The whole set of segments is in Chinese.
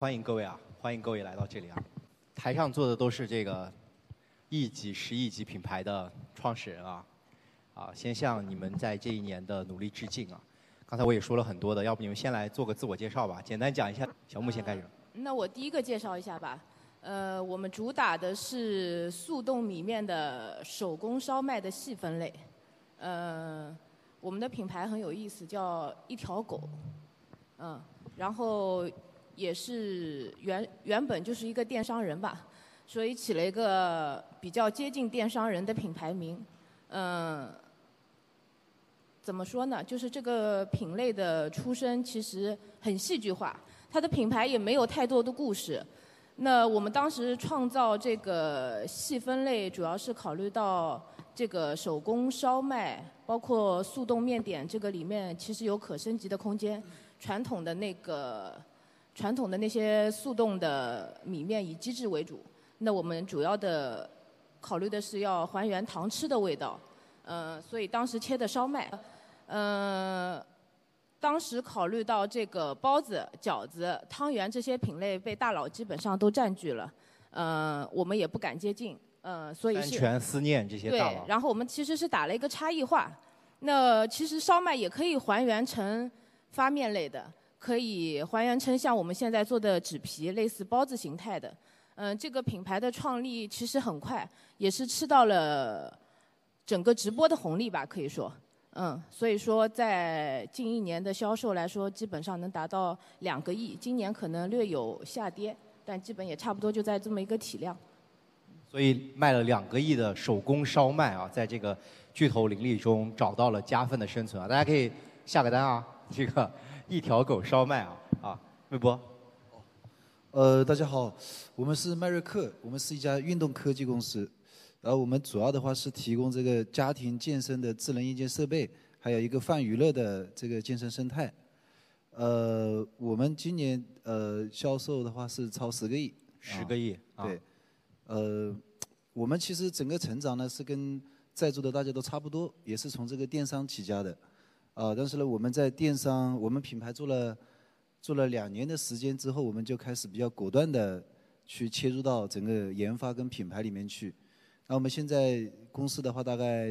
欢迎各位啊，欢迎各位来到这里啊。台上坐的都是这个亿级、10亿级品牌的创始人啊，先向你们在这一年的努力致敬啊。刚才我也说了很多的，要不你们先来做个自我介绍吧，简单讲一下。小木先开始。 那我第一个介绍一下吧。我们主打的是速冻米面的手工烧麦的细分类。我们的品牌很有意思，叫一条狗。然后也是原本就是一个电商人吧，所以起了一个比较接近电商人的品牌名。怎么说呢？就是这个品类的出身其实很戏剧化，它的品牌也没有太多的故事。那我们当时创造这个细分类，主要是考虑到这个手工烧麦，包括速冻面点，这个里面其实有可升级的空间。传统的那些速冻的米面以机制为主，那我们主要的考虑的是要还原糖吃的味道。所以当时切的烧麦。当时考虑到这个包子、饺子、汤圆这些品类被大佬基本上都占据了，我们也不敢接近，所以是三全思念这些大佬。 对，然后我们其实是打了一个差异化。那其实烧麦也可以还原成发面类的，可以还原成像我们现在做的纸皮，类似包子形态的。这个品牌的创立其实很快，也是吃到了整个直播的红利吧，可以说。所以说在近1年的销售来说，基本上能达到2个亿。今年可能略有下跌，但基本也差不多就在这么一个体量。 所以卖了2个亿的手工烧麦啊，在这个巨头林立中找到了加分的生存啊！大家可以下个单啊，这个一条狗烧麦啊，微博。 大家好，我们是迈瑞克，我们是一家运动科技公司。然后我们主要的话是提供这个家庭健身的智能硬件设备，还有一个泛娱乐的这个健身生态。我们今年销售的话是超10个亿。 10个亿。 对。我们其实整个成长呢是跟在座的大家都差不多，也是从这个电商起家的。但是呢，我们在电商，我们品牌做了2年的时间之后，我们就开始比较果断的去切入到整个研发跟品牌里面去。那我们现在公司的话大概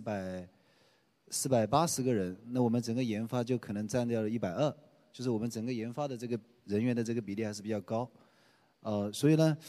480个人，那我们整个研发就可能占掉了120，就是我们整个研发的这个人员的这个比例还是比较高。所以呢，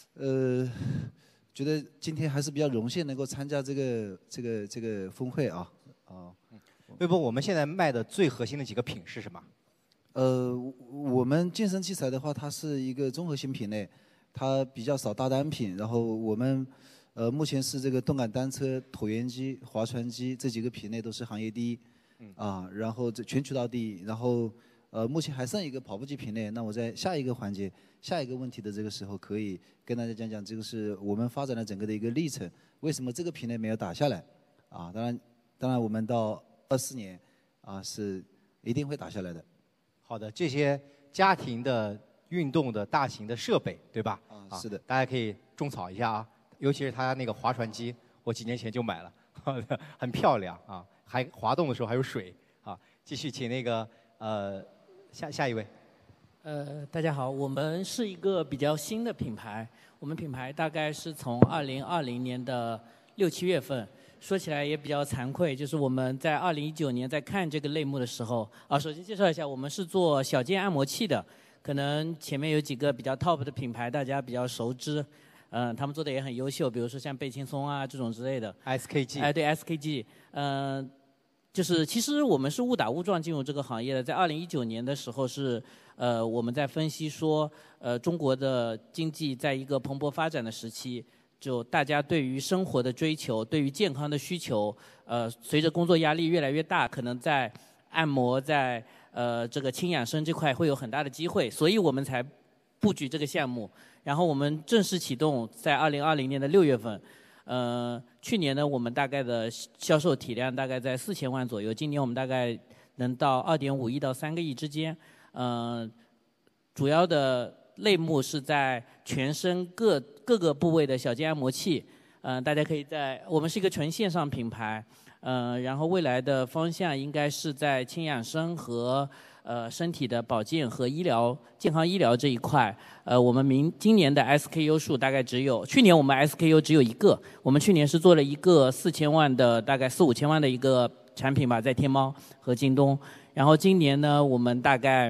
觉得今天还是比较荣幸能够参加这个峰会啊。 微博，我们现在卖的最核心的几个品是什么？ 我们健身器材的话，它是一个综合性品类，它比较少大单品。然后我们目前是这个动感单车、椭圆机、划船机这几个品类都是行业第一，然后这全渠道第一。然后目前还剩一个跑步机品类，那我在下一个环节、下一个问题的这个时候，可以跟大家讲讲这个是我们发展的整个的一个历程，为什么这个品类没有打下来？当然我们到24年是一定会打下来的。 好的，这些家庭的运动的大型的设备，对吧？ 是的。 大家可以种草一下啊，尤其是它那个划船机，我几年前就买了，很漂亮啊，还滑动的时候还有水啊。继续请那个下一位。 大家好，我们是一个比较新的品牌，我们品牌大概是从2020年的6、7月份。说起来也比较惭愧，就是我们在2019年在看这个类目的时候，首先介绍一下，我们是做小件按摩器的，可能前面有几个比较 top 的品牌，大家比较熟知，他们做的也很优秀，比如说像贝轻松啊这种之类的。 SKG。 对 SKG，就是其实我们是误打误撞进入这个行业的，在2019年的时候是我们在分析说，中国的经济在一个蓬勃发展的时期。就大家对于生活的追求，对于健康的需求，随着工作压力越来越大，可能在按摩，在这个轻养生这块会有很大的机会，所以我们才布局这个项目。然后我们正式启动在2020年的6月份，去年呢我们大概的销售体量大概在4000万左右，今年我们大概能到2.5亿到3个亿之间，主要的类目是在全身各个部位的小件按摩器，大家可以我们是一个纯线上品牌，然后未来的方向应该是在轻养生和身体的保健和健康医疗这一块，我们今年的 SKU 数大概去年我们 SKU 只有一个，我们去年是做了一个4000万的大概4、5千万的一个产品吧，在天猫和京东。然后今年呢，我们大概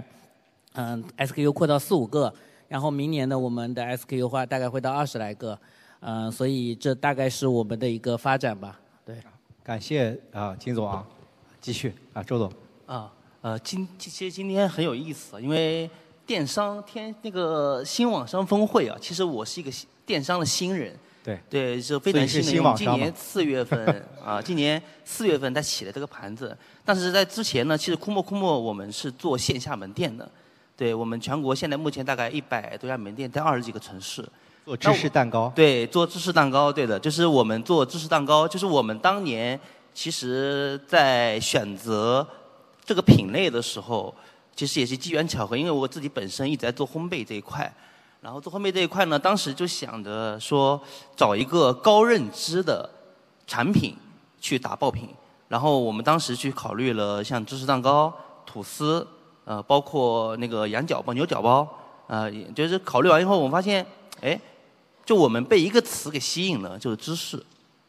SKU 扩到4、5个，然后明年呢，我们的 SKU 话大概会到20来个，所以这大概是我们的一个发展吧。对， 感谢金总啊，继续周总。 其实今天很有意思，因为电商那个新网商峰会啊，其实我是一个电商的新人。对，是非常新的。今年4月份今年4月份他起了这个盘子，但是在之前呢，其实库莫我们是做线下门店的。对，我们全国现在目前大概100多家门店，在20几个城市。 做芝士蛋糕。 对，做芝士蛋糕，对的，就是我们做芝士蛋糕，就是我们当年其实在选择这个品类的时候，其实也是机缘巧合，因为我自己本身一直在做烘焙这一块。然后做烘焙这一块呢，当时就想着说找一个高认知的产品去打爆品。然后我们当时去考虑了像芝士蛋糕、吐司，包括那个羊角包、牛角包，就是考虑完以后，我们发现，就我们被一个词给吸引了，就是芝士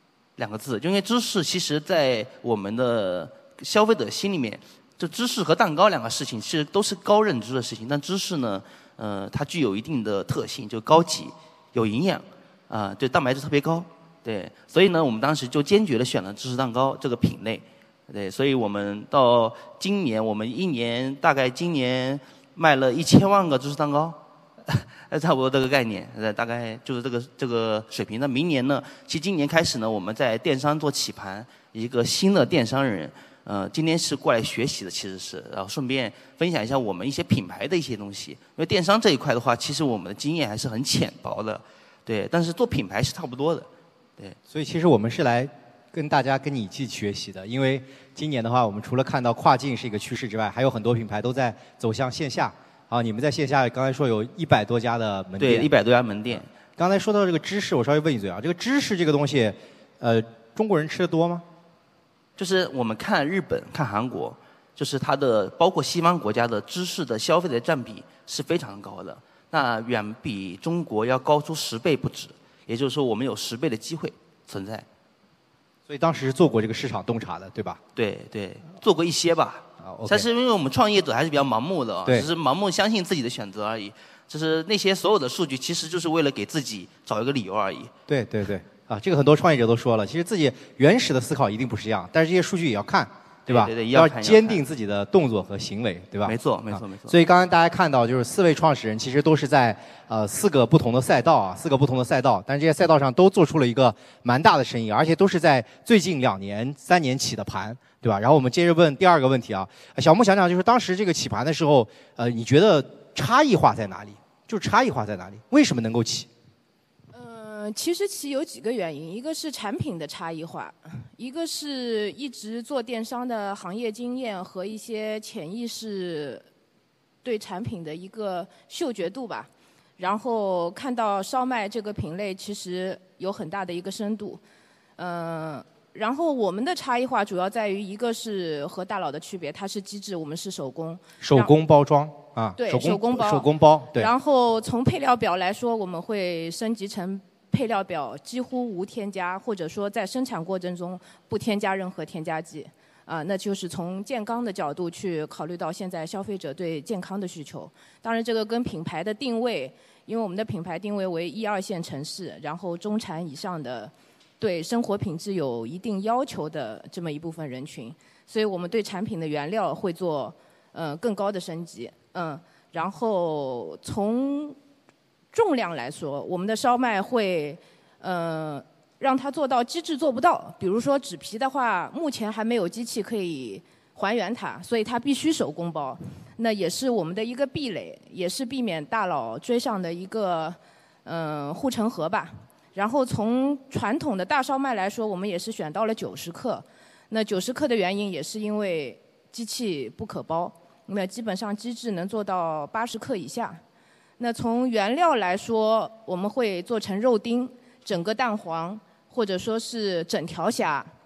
2个字。就因为芝士其实在我们的消费者心里面，就芝士和蛋糕2个事情其实都是高认知的事情，但芝士呢，它具有一定的特性，就高级、有营养，对，蛋白质特别高，对，所以呢，我们当时就坚决的选了芝士蛋糕这个品类，对，所以我们到今年，我们大概今年卖了1000万个芝士蛋糕，差不多这个概念，大概就是这个水平。那明年呢，其实今年开始呢，我们在电商做起盘，一个新的电商人。今天是过来学习的，其实是，然后顺便分享一下我们一些品牌的一些东西。因为电商这一块的话，其实我们的经验还是很浅薄的，对。但是做品牌是差不多的，对。 所以其实我们是来跟你一起学习的，因为今年的话，我们除了看到跨境是一个趋势之外，还有很多品牌都在走向线下。你们在线下刚才说有100多家的门店。 对，100多家门店。 刚才说到这个芝士，我稍微问一嘴这个芝士这个东西，中国人吃的多吗？ 就是我们看日本、看韩国，就是它的包括西方国家的芝士的消费的占比是非常高的，那远比中国要高出10倍不止。也就是说，我们有10倍的机会存在。 所以当时是做过这个市场洞察的，对吧？ 对，做过一些吧。但是因为我们创业者还是比较盲目的，只是盲目相信自己的选择而已。就是那些所有的数据，其实就是为了给自己找一个理由而已。 对。这个很多创业者都说了，其实自己原始的思考一定不是一样，但是这些数据也要看，对吧？ 对， 要坚定自己的动作和行为，对吧？ 没错。 所以刚刚大家看到，就是4位创始人其实都是在4个不同的赛道，4个不同的赛道，但是这些赛道上都做出了一个蛮大的生意，而且都是在最近2年、3年起的盘，对吧？然后我们接着问第2个问题小木想讲，就是当时这个起盘的时候，你觉得差异化在哪里？就是差异化在哪里？为什么能够起？ 其实有几个原因，一个是产品的差异化，一个是一直做电商的行业经验和一些潜意识对产品的一个嗅觉度吧。然后看到烧麦这个品类其实有很大的一个深度，然后我们的差异化主要在于一个是和大佬的区别，它是机制，我们是手工包装对， 手工包。对。 然后从配料表来说，我们会升级成配料表几乎无添加，或者说在生产过程中不添加任何添加剂，那就是从健康的角度去考虑到现在消费者对健康的需求。当然，这个跟品牌的定位，因为我们的品牌定位为1、2线城市，然后中产以上的对生活品质有一定要求的这么一部分人群，所以我们对产品的原料会做更高的升级，然后从重量来说，我们的烧麦会让它做到机制做不到，比如说纸皮的话，目前还没有机器可以还原它，所以它必须手工包。那也是我们的一个壁垒，也是避免大佬追上的一个护城河吧。然后从传统的大烧麦来说，我们也是选到了90克。那90克的原因也是因为机器不可包，那基本上机制能做到80克以下。那从原料来说，我们会做成肉丁、整个蛋黄，或者说是整条虾。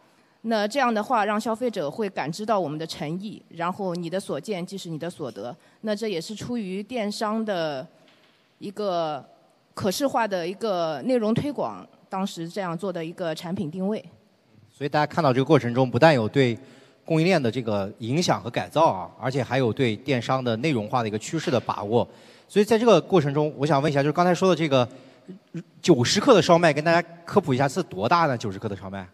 那这样的话，让消费者会感知到我们的诚意，然后你的所见即是你的所得。那这也是出于电商的一个可视化的一个内容推广，当时这样做的一个产品定位。 所以大家看到这个过程中，不但有对供应链的这个影响和改造啊，而且还有对电商的内容化的一个趋势的把握。所以在这个过程中，我想问一下，就是刚才说的这个90克的烧麦，跟大家科普一下是多大呢？90克的烧麦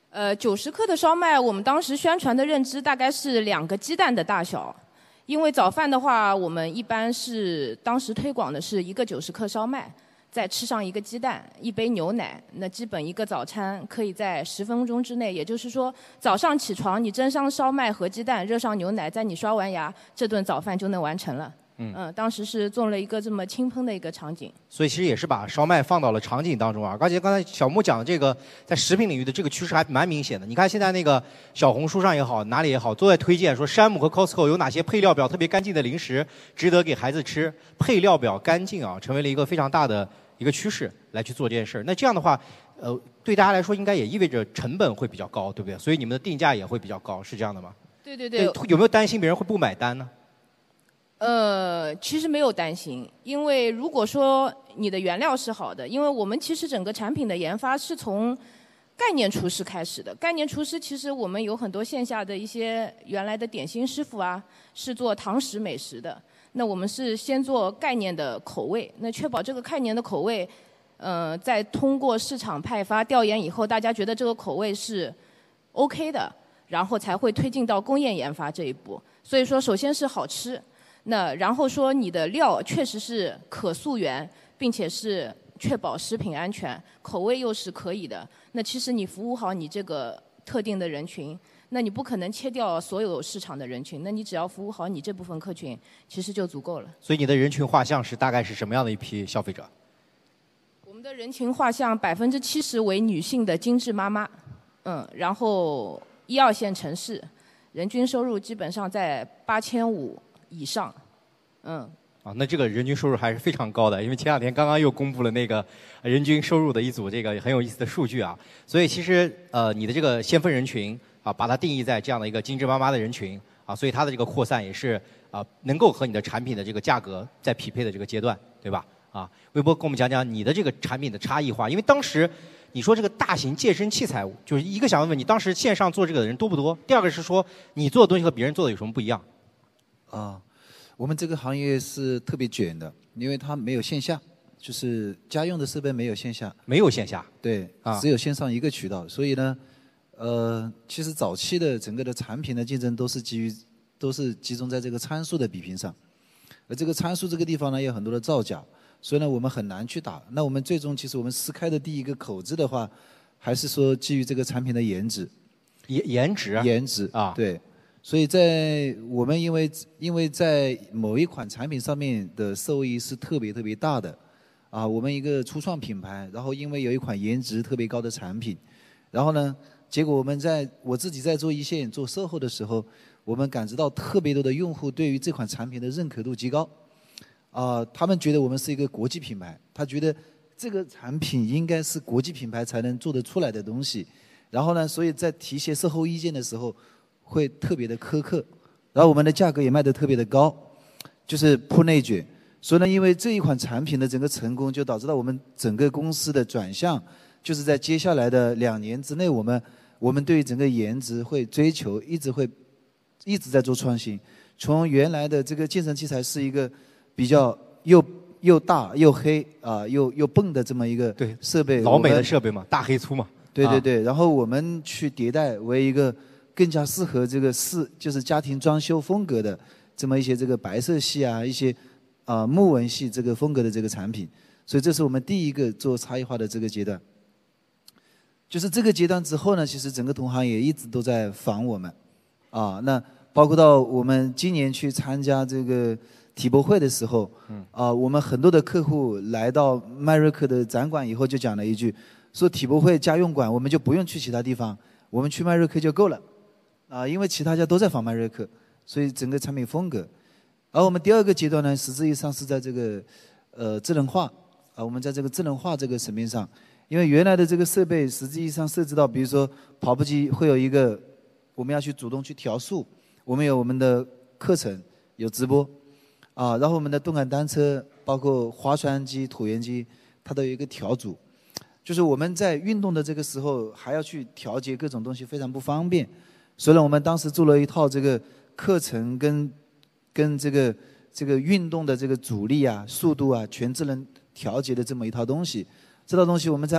？90克的烧麦，我们当时宣传的认知大概是2个鸡蛋的大小。因为早饭的话，我们一般是当时推广的是一个90克烧麦，再吃上1个鸡蛋、1杯牛奶，那基本一个早餐可以在10分钟之内。也就是说，早上起床你蒸上烧麦和鸡蛋，热上牛奶，在你刷完牙，这顿早饭就能完成了。当时是做了一个这么轻烹的一个场景。 所以其实也是把烧麦放到了场景当中啊。而且刚才小木讲的这个在食品领域的这个趋势还蛮明显的。你看现在那个小红书上也好，哪里也好，都在推荐说山姆和 Costco 有哪些配料表特别干净的零食值得给孩子吃。配料表干净啊，成为了一个非常大的一个趋势来去做这件事儿。那这样的话，对大家来说应该也意味着成本会比较高，对不对？所以你们的定价也会比较高，是这样的吗？ 对对对。 有没有担心别人会不买单呢？ 其实没有担心，因为如果说你的原料是好的，因为我们其实整个产品的研发是从概念厨师开始的。概念厨师其实我们有很多线下的一些原来的点心师傅啊，是做堂食美食的。那我们是先做概念的口味，那确保这个概念的口味，在通过市场派发调研以后，大家觉得这个口味是 OK 的，然后才会推进到工业研发这一步。所以说，首先是好吃。那然后说你的料确实是可溯源，并且是确保食品安全，口味又是可以的。那其实你服务好你这个特定的人群，那你不可能切掉所有市场的人群，那你只要服务好你这部分客群，其实就足够了。 所以你的人群画像是大概是什么样的一批消费者？ 我们的人群画像70%为女性的精致妈妈，然后1、2线城市，人均收入基本上在8500以上， 那这个人均收入还是非常高的，因为前2天刚刚又公布了那个人均收入的一组这个很有意思的数据啊。所以其实你的这个先锋人群啊，把它定义在这样的一个精致妈妈的人群啊，所以它的这个扩散也是能够和你的产品的这个价格在匹配的这个阶段，对吧？微波跟我们讲讲你的这个产品的差异化，因为当时你说这个大型健身器材，就是一个想问问你，当时线上做这个的人多不多？第二个是说你做的东西和别人做的有什么不一样？ 我们这个行业是特别卷的，因为它没有线下，就是家用的设备没有线下。 没有线下。 对，只有线上一个渠道。所以呢，其实早期的整个的产品的竞争都是集中在这个参数的比拼上，而这个参数这个地方呢，有很多的造假，所以呢，我们很难去打。那我们最终其实我们撕开的第一个口子的话，还是说基于这个产品的颜值。 颜值。 颜值啊，对。所以在我们因为在某一款产品上面的受益是特别特别大的，我们一个初创品牌，然后因为有一款颜值特别高的产品，然后呢，结果我自己在做一线做售后的时候，我们感知到特别多的用户对于这款产品的认可度极高，他们觉得我们是一个国际品牌，他觉得这个产品应该是国际品牌才能做得出来的东西，然后呢，所以在提些售后意见的时候会特别的苛刻，然后我们的价格也卖得特别的高，就是铺内卷。所以呢，因为这一款产品的整个成功，就导致到我们整个公司的转向，就是在接下来的2年之内，我们对于整个颜值会追求，一直在做创新。从原来的这个健身器材是一个比较又大又黑又笨的这么一个设备， 老美的设备嘛，大黑粗嘛。 对对对，然后我们去迭代为一个更加适合这个就是家庭装修风格的这么一些这个白色系一些木纹系这个风格的这个产品，所以这是我们第一个做差异化的这个阶段。就是这个阶段之后呢，其实整个同行也一直都在仿我们，那包括到我们今年去参加这个体博会的时候，我们很多的客户来到迈瑞克的展馆以后就讲了一句，说体博会家用馆我们就不用去其他地方，我们去迈瑞克就够了。因为其他家都在仿迈瑞克，所以整个产品风格。而我们第二个阶段呢，实质意义上是在这个智能化，我们在这个智能化这个层面上因为原来的这个设备实际上设置到，比如说跑步机会有一个，我们要去主动去调速，我们有我们的课程有直播，然后我们的动感单车包括划船机、椭圆机，它都有一个调组，就是我们在运动的这个时候还要去调节各种东西，非常不方便。所以呢，我们当时做了一套这个课程跟这个运动的这个阻力啊、速度啊，全智能调节的这么一套东西。这套东西我们在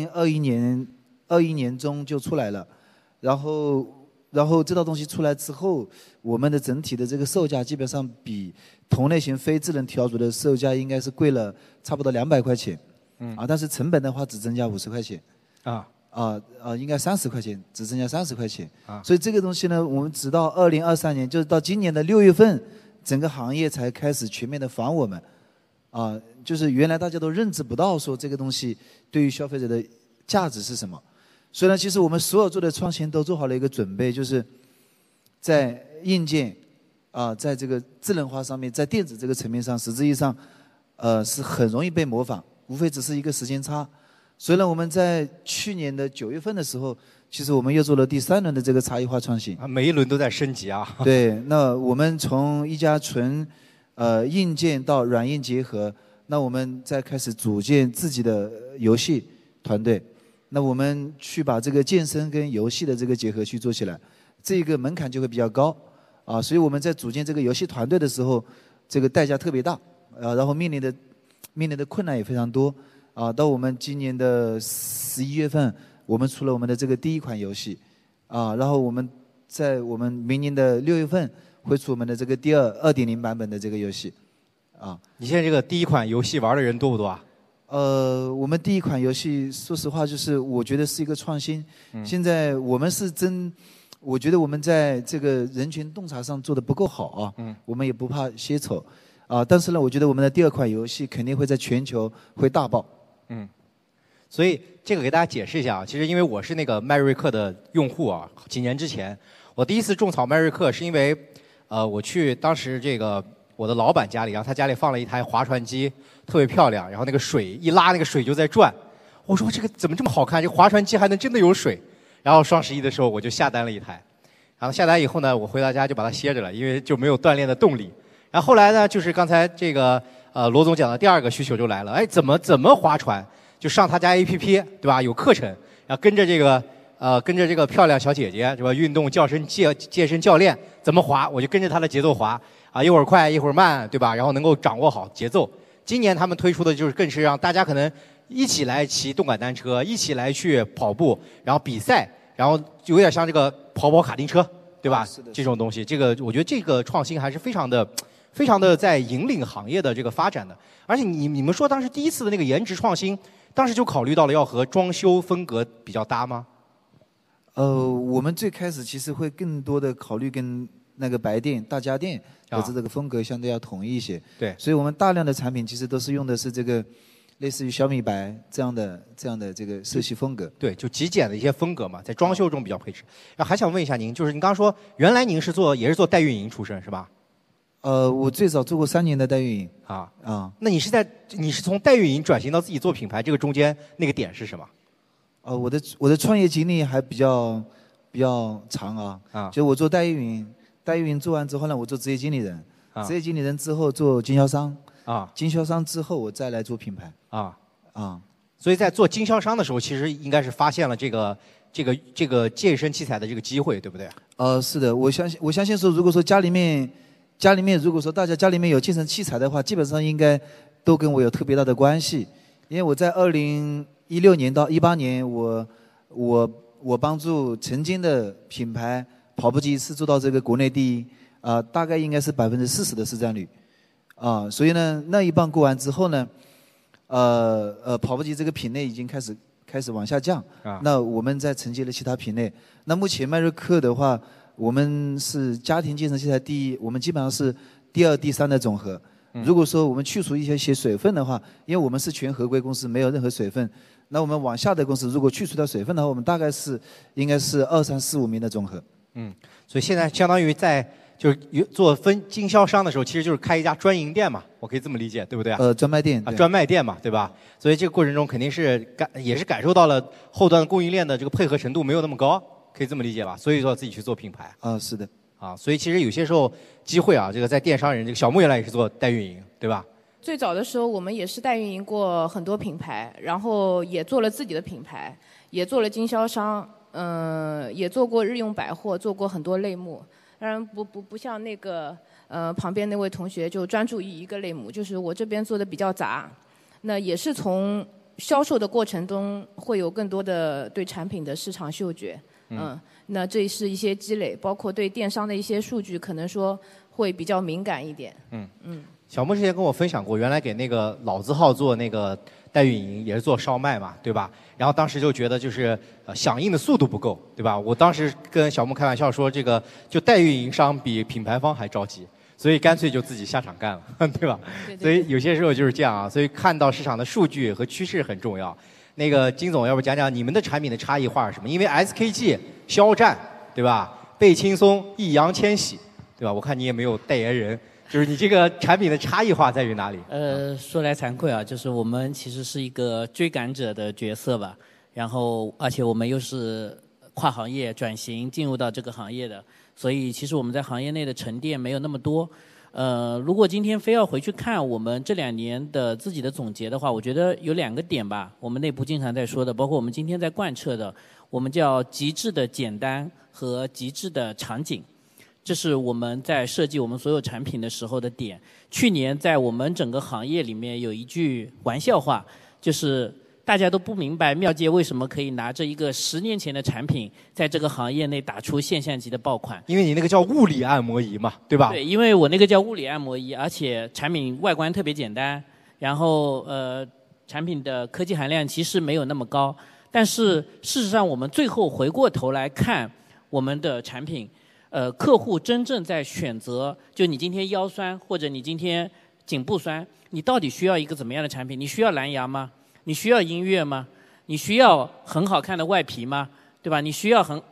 2021年中就出来了，然后这套东西出来之后，我们的整体的这个售价基本上比同类型非智能调组的售价应该是贵了差不多200块钱，但是成本的话只增加50块钱，应该30块钱，只增加30块钱，所以这个东西呢，我们直到2023年，就是到今年的6月份，整个行业才开始全面的仿我们，就是原来大家都认知不到说这个东西对于消费者的价值是什么。所以呢，其实我们所有做的创新都做好了一个准备，就是在硬件在这个智能化上面，在电子这个层面上，实质意义上是很容易被模仿，无非只是一个时间差。所以呢，我们在去年的9月份的时候，其实我们又做了第3轮的这个差异化创新。 每一轮都在升级啊。 对，那我们从一家纯硬件到软硬结合，那我们再开始组建自己的游戏团队。那我们去把这个健身跟游戏的这个结合去做起来，这个门槛就会比较高所以我们在组建这个游戏团队的时候，这个代价特别大然后面临的困难也非常多到我们今年的11月份，我们出了我们的这个第1款游戏然后我们在我们明年的6月份会出我们的这个第2.0版本的这个游戏你现在这个第1款游戏玩的人多不多啊？ 我们第1款游戏，说实话，就是我觉得是一个创新。现在我们是我觉得我们在这个人群洞察上做的不够好我们也不怕携丑但是呢，我觉得我们的第2款游戏肯定会在全球会大爆。 所以这个给大家解释一下其实因为我是那个迈锐克的用户几年之前，我第一次种草迈锐克是因为我去当时这个我的老板家里，然后他家里放了一台划船机，特别漂亮，然后那个水一拉，那个水就在转。我说这个怎么这么好看？这划船机还能真的有水？然后双11的时候我就下单了一台，然后下单以后呢，我回到家就把它歇着了，因为就没有锻炼的动力。然后后来呢，就是刚才这个罗总讲的第2个需求就来了，怎么划船？就上他家 APP 对吧？有课程，然后跟着这个漂亮小姐姐是吧？运动健身教练怎么划，我就跟着他的节奏划一会儿快一会儿慢对吧？然后能够掌握好节奏。今年他们推出的就是更是让大家可能一起来骑动感单车，一起来去跑步，然后比赛，然后就有点像这个跑卡丁车对吧？ 是的， 这种东西，这个我觉得这个创新还是非常的在引领行业的这个发展的。而且你们说当时第一次的那个颜值创新，当时就考虑到了要和装修风格比较搭吗？ 我们最开始其实会更多的考虑跟那个白电、大家电的这个风格相对要统一一些。 对， 所以我们大量的产品其实都是用的是这个类似于小米白这样的这个色系风格。 对，就极简的一些风格嘛，在装修中比较配置。然后还想问一下您，就是您刚刚说原来您也是做代运营出身是吧？ 我最早做过3年的代运营。 那你是从代运营转型到自己做品牌，这个中间那个点是什么？ 我的创业经历还比较长就我做代运营做完之后呢，我做职业经理人，职业经理人之后做经销商，经销商之后我再来做品牌。 所以在做经销商的时候，其实应该是发现了这个健身器材的这个机会，对不对？ 是的，我相信说，如果说家里面如果说大家家里面有健身器材的话，基本上应该都跟我有特别大的关系，因为我在2016年到18年，我帮助曾经的品牌跑步机是做到这个国内第一，大概应该是40%的市占率，所以呢，那一棒过完之后呢，跑步机这个品类已经开始往下降，那我们再承接了其他品类。那目前迈锐克的话，我们是家庭健身器材第一，我们基本上是第2、第3的总和。如果说我们去除一些水分的话，因为我们是全合规公司，没有任何水分，那我们往下的公司如果去除掉水分的话，我们大概应该是2、3、4、5名的总和。 所以现在相当于在就是做经销商的时候，其实就是开一家专营店嘛，我可以这么理解，对不对啊？ 专卖店。 专卖店嘛，对吧？所以这个过程中肯定是也是感受到了后端供应链的这个配合程度没有那么高，可以这么理解吧？所以说自己去做品牌。 是的。 所以其实有些时候机会啊，这个在电商人，这个小木原来也是做代运营，对吧？ 最早的时候，我们也是代运营过很多品牌，然后也做了自己的品牌，也做了经销商，也做过日用百货，做过很多类目。当然不像那个旁边那位同学就专注于一个类目，就是我这边做的比较杂。那也是从销售的过程中会有更多的对产品的市场嗅觉，那这是一些积累，包括对电商的一些数据，可能说会比较敏感一点。 小莫之前跟我分享过，原来给那个老字号做那个代运营，也是做烧麦嘛，对吧？然后当时就觉得就是响应的速度不够，对吧？我当时跟小莫开玩笑说，这个就代运营商比品牌方还着急，所以干脆就自己下场干了，对吧？ 对。 所以有些时候就是这样啊，所以看到市场的数据和趋势很重要。那个金总，要不讲讲你们的产品的差异化是什么？因为 SKG、肖战，对吧？贝轻松、易烊千玺，对吧？我看你也没有代言人。就是你这个产品的差异化在于哪里？ 说来惭愧啊，就是我们其实是一个追赶者的角色吧，然后而且我们又是跨行业转型进入到这个行业的，所以其实我们在行业内的沉淀没有那么多。如果今天非要回去看我们这2年的自己的总结的话，我觉得有2个点吧，我们内部经常在说的，包括我们今天在贯彻的，我们叫极致的简单和极致的场景。这是我们在设计我们所有产品的时候的点。去年在我们整个行业里面有一句玩笑话，就是大家都不明白妙界为什么可以拿着一个10年前的产品，在这个行业内打出现象级的爆款。 因为你那个叫物理按摩仪嘛，对吧？ 对，因为我那个叫物理按摩仪，而且产品外观特别简单，然后产品的科技含量其实没有那么高。但是事实上，我们最后回过头来看我们的产品。客户真正在选择，就你今天腰酸或者你今天颈部酸，你到底需要一个怎么样的产品？你需要蓝牙吗？你需要音乐吗？你需要很好看的外皮吗？对吧？你需要很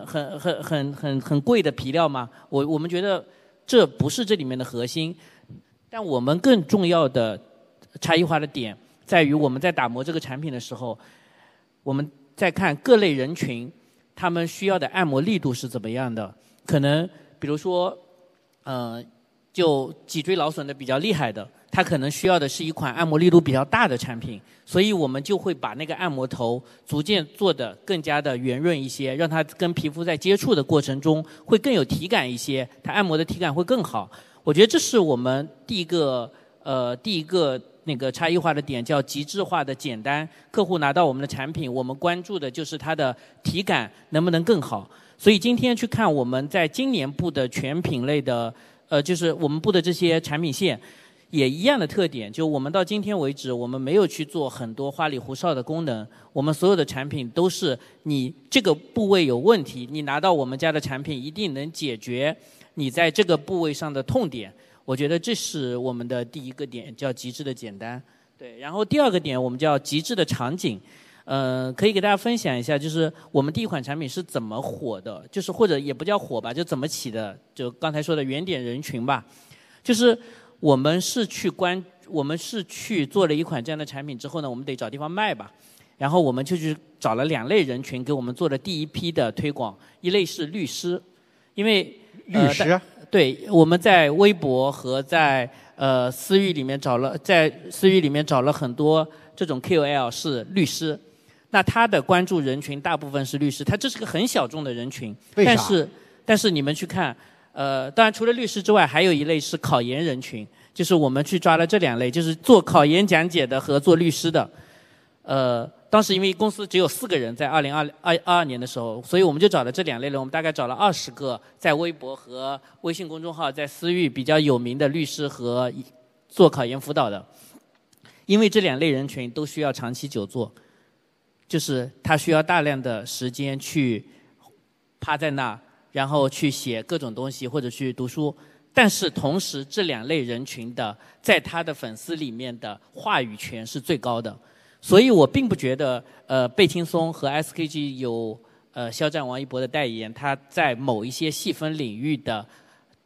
贵的皮料吗？我们觉得这不是这里面的核心，但我们更重要的差异化的点在于我们在打磨这个产品的时候，我们在看各类人群他们需要的按摩力度是怎么样的。可能比如说，就脊椎劳损的比较厉害的，他可能需要的是一款按摩力度比较大的产品，所以我们就会把那个按摩头逐渐做得更加的圆润一些，让它跟皮肤在接触的过程中会更有体感一些，它按摩的体感会更好。我觉得这是我们第一个那个差异化的点，叫极致化的简单。客户拿到我们的产品，我们关注的就是它的体感能不能更好。所以今天去看我们在今年布的全品类的，就是我们布的这些产品线，也一样的特点，就我们到今天为止，我们没有去做很多花里胡哨的功能，我们所有的产品都是你这个部位有问题，你拿到我们家的产品一定能解决你在这个部位上的痛点。我觉得这是我们的第一个点，叫极致的简单。对，然后第2个点我们叫极致的场景。可以给大家分享一下，就是我们第一款产品是怎么火的，就是或者也不叫火吧，就怎么起的，就刚才说的原点人群吧。就是我们是去做了一款这样的产品之后呢，我们得找地方卖吧，然后我们就去找了2类人群给我们做了第一批的推广，一类是律师，因为律师。 对，我们在微博和在私域里面找了很多这种 KOL 是律师。那他的关注人群大部分是律师，他这是个很小众的人群。 为啥？ 但是你们去看，当然除了律师之外，还有一类是考研人群，就是我们去抓了这2类，就是做考研讲解的和做律师的。当时因为公司只有4个人，在2022年的时候，所以我们就找了这2类人，我们大概找了20个在微博和微信公众号、在私域比较有名的律师和做考研辅导的。因为这2类人群都需要长期久坐。就是他需要大量的时间去趴在那，然后去写各种东西或者去读书，但是同时这2类人群的在他的粉丝里面的话语权是最高的，所以我并不觉得贝轻松和 SKG 有肖战、王一博的代言，他在某一些细分领域的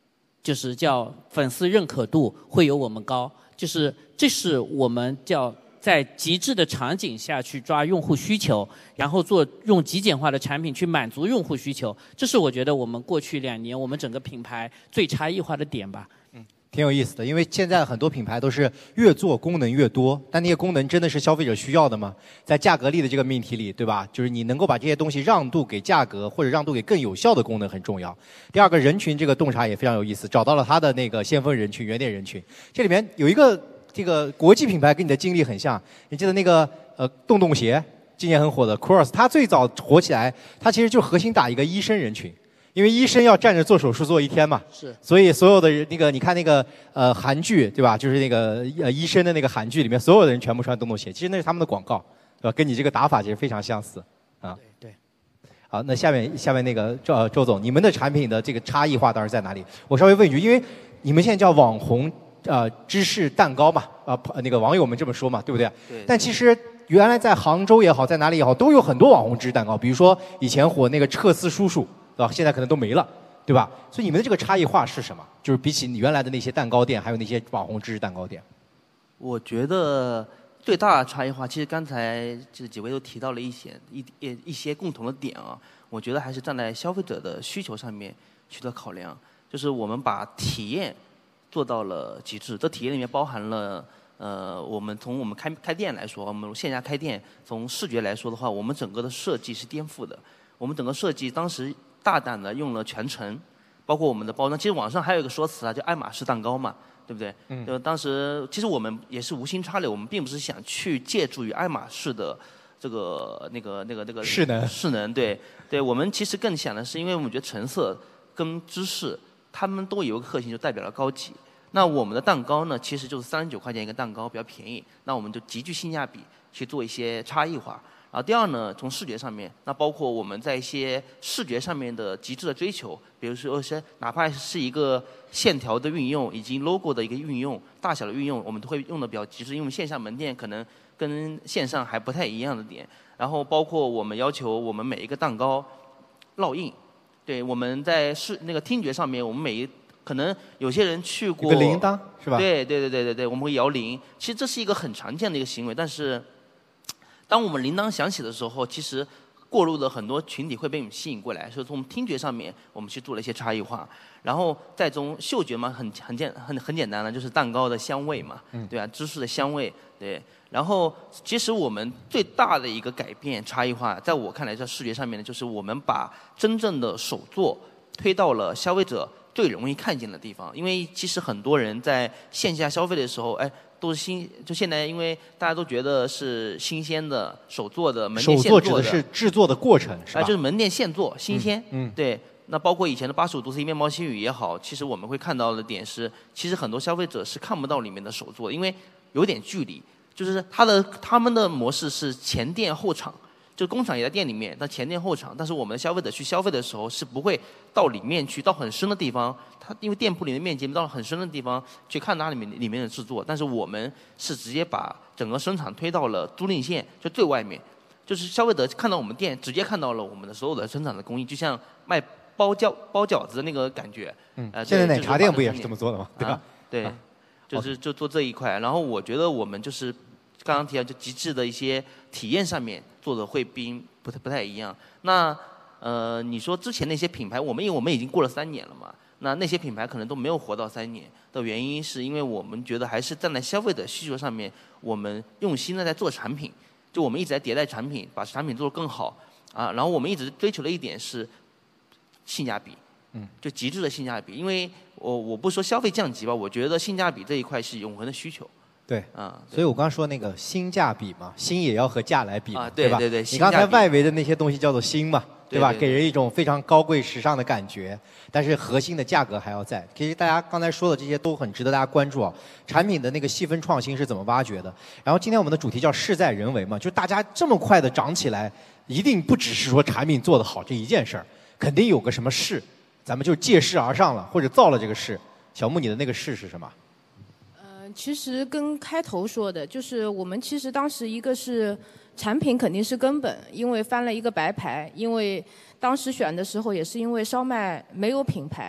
就是叫粉丝认可度会有我们高，就是这是我们叫在极致的场景下去抓用户需求，然后用极简化的产品去满足用户需求，这是我觉得我们过去2年我们整个品牌最差异化的点吧。 挺有意思的，因为现在很多品牌都是越做功能越多，但那些功能真的是消费者需要的吗？在价格力的这个命题里，对吧？就是你能够把这些东西让渡给价格，或者让渡给更有效的功能很重要。第二个人群这个洞察也非常有意思，找到了它的那个先锋人群、原点人群。这里面有一个这个国际品牌跟你的经历很像，你记得那个洞洞鞋今年很火的 Cross， 它最早火起来，它其实就核心打一个医生人群。因为医生要站着做手术做1天嘛， 是， 所以所有的那个你看那个韩剧对吧？就是那个医生的那个韩剧里面，所有的人全部穿洞洞鞋，其实那是他们的广告，对吧？跟你这个打法其实非常相似啊。 对。 好，那下面那个周总，你们的产品的这个差异化当时在哪里？我稍微问一句，因为你们现在叫网红芝士蛋糕嘛，那个网友们这么说嘛，对不对？ 对。 但其实原来在杭州也好，在哪里也好，都有很多网红芝士蛋糕，比如说以前火那个彻斯叔叔。对吧？现在可能都没了，对吧？所以你们的这个差异化是什么？就是比起你原来的那些蛋糕店，还有那些网红芝士蛋糕店。 我觉得最大的差异化，其实刚才这几位都提到了一些共同的点啊。我觉得还是站在消费者的需求上面去做考量，就是我们把体验做到了极致。这体验里面包含了我们从我们开店来说，我们线下开店，从视觉来说的话，我们整个的设计是颠覆的。我们整个设计当时大胆的用了全程，包括我们的包装。其实网上还有一个说辞啊，叫爱马仕蛋糕嘛，对不对？就当时其实我们也是无心插柳，我们并不是想去借助于爱马仕的这个那个势能，对，我们其实更想的是，因为我们觉得橙色跟芝士它们都有一个特性，就代表了高级。那我们的蛋糕呢，其实就是39块钱一个蛋糕，比较便宜。那我们就极具性价比去做一些差异化。然后第二呢，从视觉上面，那包括我们在一些视觉上面的极致的追求，比如说哪怕是一个线条的运用，以及 logo 的一个运用、大小的运用，我们都会用的比较极致，因为线下门店可能跟线上还不太一样的点。然后包括我们要求我们每一个蛋糕烙印，对，我们在那个听觉上面，我们可能有些人去过一个铃铛是吧？ 对，我们会摇铃。其实这是一个很常见的一个行为，但是当我们铃铛响起的时候，其实过路的很多群体会被我们吸引过来，所以从听觉上面我们去做了一些差异化，然后再从嗅觉嘛，很简单的就是蛋糕的香味嘛，对啊，芝士的香味，对。然后其实我们最大的一个改变差异化，在我看来在视觉上面呢，就是我们把真正的手作推到了消费者最容易看见的地方，因为其实很多人在线下消费的时候，都是就现在因为大家都觉得是新鲜的、手做的、门店现做的。 手做指的是制作的过程，是吧？ 就是门店现做，新鲜。对。那包括以前的85度 C 面包西语也好，其实我们会看到的点是，其实很多消费者是看不到里面的手做，因为有点距离。就是他们的模式是前店后厂。就工厂也在店里面，但前店后厂。但是我们的消费者去消费的时候是不会到里面去，到很深的地方。因为店铺里的面积到很深的地方去看它里面的制作。但是我们是直接把整个生产推到了租赁线，就最外面，就是消费者看到我们店，直接看到了我们的所有的生产的工艺，就像卖包饺子的那个感觉。 现在奶茶店不也是这么做的吗？对吧？ 对，就做这一块。然后我觉得我们就是刚刚提到就极致的一些体验上面做的会不太一样。那你说之前那些品牌，因为我们已经过了3年了嘛，那些品牌可能都没有活到3年的原因，是因为我们觉得还是站在消费者需求上面，我们用心的在做产品，就我们一直在迭代产品，把产品做得更好啊。然后我们一直追求的一点是性价比，就极致的性价比。因为我不说消费降级吧，我觉得性价比这一块是永恒的需求。 对，所以我刚刚说那个性价比嘛，心也要和价来比嘛， 对吧？你刚才外围的那些东西叫做心嘛，对吧？给人一种非常高贵时尚的感觉，但是核心的价格还要在。其实大家刚才说的这些都很值得大家关注啊。产品的那个细分创新是怎么挖掘的？然后今天我们的主题叫事在人为嘛，就大家这么快的涨起来，一定不只是说产品做得好这一件事儿，肯定有个什么事，咱们就借势而上了，或者造了这个势。小木，你的那个事是什么？ 其实跟开头说的，就是我们其实当时一个是产品肯定是根本，因为翻了一个白牌，因为当时选的时候也是因为烧麦没有品牌，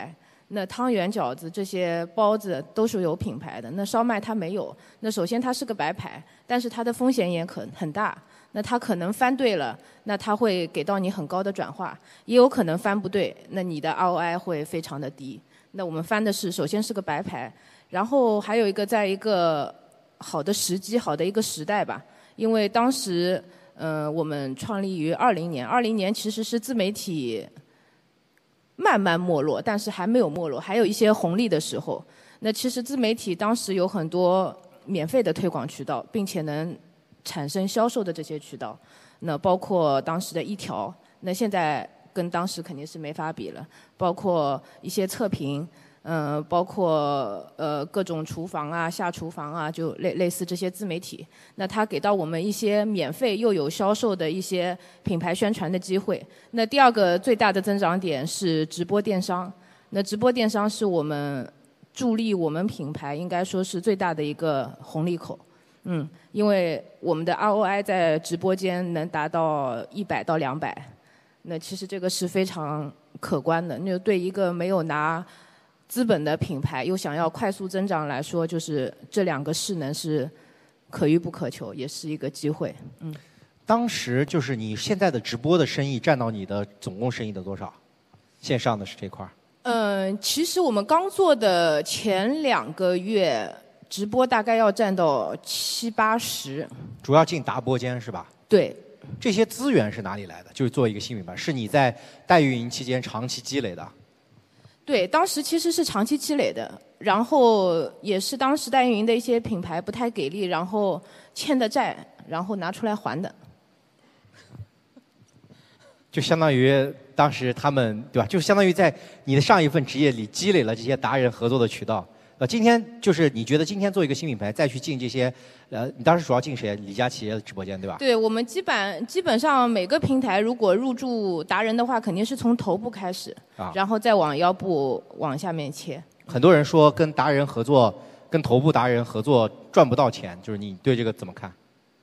那汤圆、饺子这些包子都是有品牌的，那烧麦它没有。那首先它是个白牌，但是它的风险也很大。那它可能翻对了，那它会给到你很高的转化，也有可能翻不对，那你的 ROI 会非常的低。那我们翻的是首先是个白牌，然后还有一个在一个好的时机、好的一个时代吧。因为当时我们创立于20年，20年其实是自媒体慢慢没落，但是还没有没落，还有一些红利的时候。那其实自媒体当时有很多免费的推广渠道，并且能产生销售的这些渠道。那包括当时的一条，那现在跟当时肯定是没法比了。包括一些测评，包括各种厨房啊、下厨房啊，就类似这些自媒体。那它给到我们一些免费又有销售的一些品牌宣传的机会。那第二个最大的增长点是直播电商。那直播电商是我们助力我们品牌应该说是最大的一个红利口。因为我们的 ROI 在直播间能达到100到200，那其实这个是非常可观的。那对一个没有拿资本的品牌又想要快速增长来说，就是这2个势能是可遇不可求，也是一个机会。 当时就是你现在的直播的生意占到你的总共生意的多少？线上的是这块儿。 其实我们刚做的前2个月，直播大概要占到70、80。 主要进达播间是吧？ 对。 这些资源是哪里来的？就是做一个新品牌，是你在代运营期间长期积累的？ 对，当时其实是长期积累的，然后也是当时代运营的一些品牌不太给力，然后欠的债，然后拿出来还的。 就相当于当时他们对吧？就相当于在你的上一份职业里积累了这些达人合作的渠道。今天就是你觉得今天做一个新品牌，再去进这些，你当时主要进谁？李佳琦的直播间对吧？ 对，我们基本上每个平台如果入驻达人的话，肯定是从头部开始，然后再往腰部往下面切。 很多人说跟达人合作，跟头部达人合作赚不到钱，就是你对这个怎么看？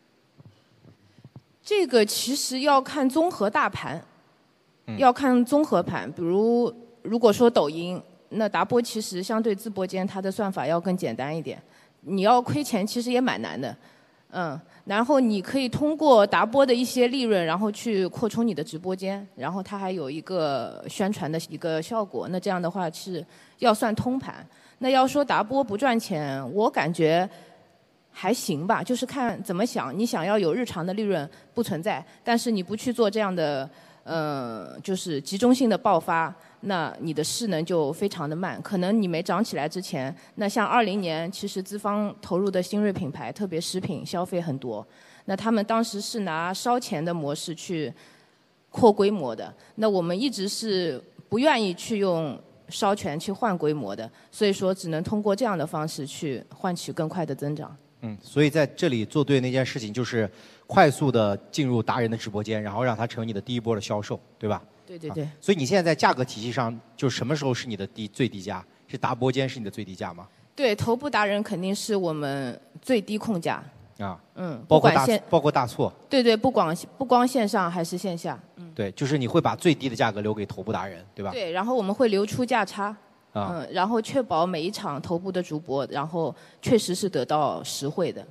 这个其实要看综合大盘，要看综合盘。比如果说抖音。那达播其实相对自播间，它的算法要更简单一点，你要亏钱其实也蛮难的，然后你可以通过达播的一些利润，然后去扩充你的直播间，然后它还有一个宣传的一个效果。那这样的话是要算通盘。那要说达播不赚钱，我感觉还行吧，就是看怎么想。你想要有日常的利润不存在，但是你不去做这样的就是集中性的爆发。那你的势能就非常的慢，可能你没涨起来之前，那像20年，其实资方投入的新锐品牌，特别食品消费很多，那他们当时是拿烧钱的模式去扩规模的，那我们一直是不愿意去用烧钱去换规模的，所以说只能通过这样的方式去换取更快的增长。 所以在这里做对那件事情，就是快速的进入达人的直播间，然后让它成为你的第一波的销售，对吧？ 对。 所以你现在在价格体系上，就什么时候是你的最低价？是达播间是你的最低价吗？ 对，头部达人肯定是我们最低控价。 包括大错。 对，不光线上还是线下。 对，就是你会把最低的价格留给头部达人，对吧？ 对，然后我们会留出价差。然后确保每一场头部的主播，然后确实是得到实惠的。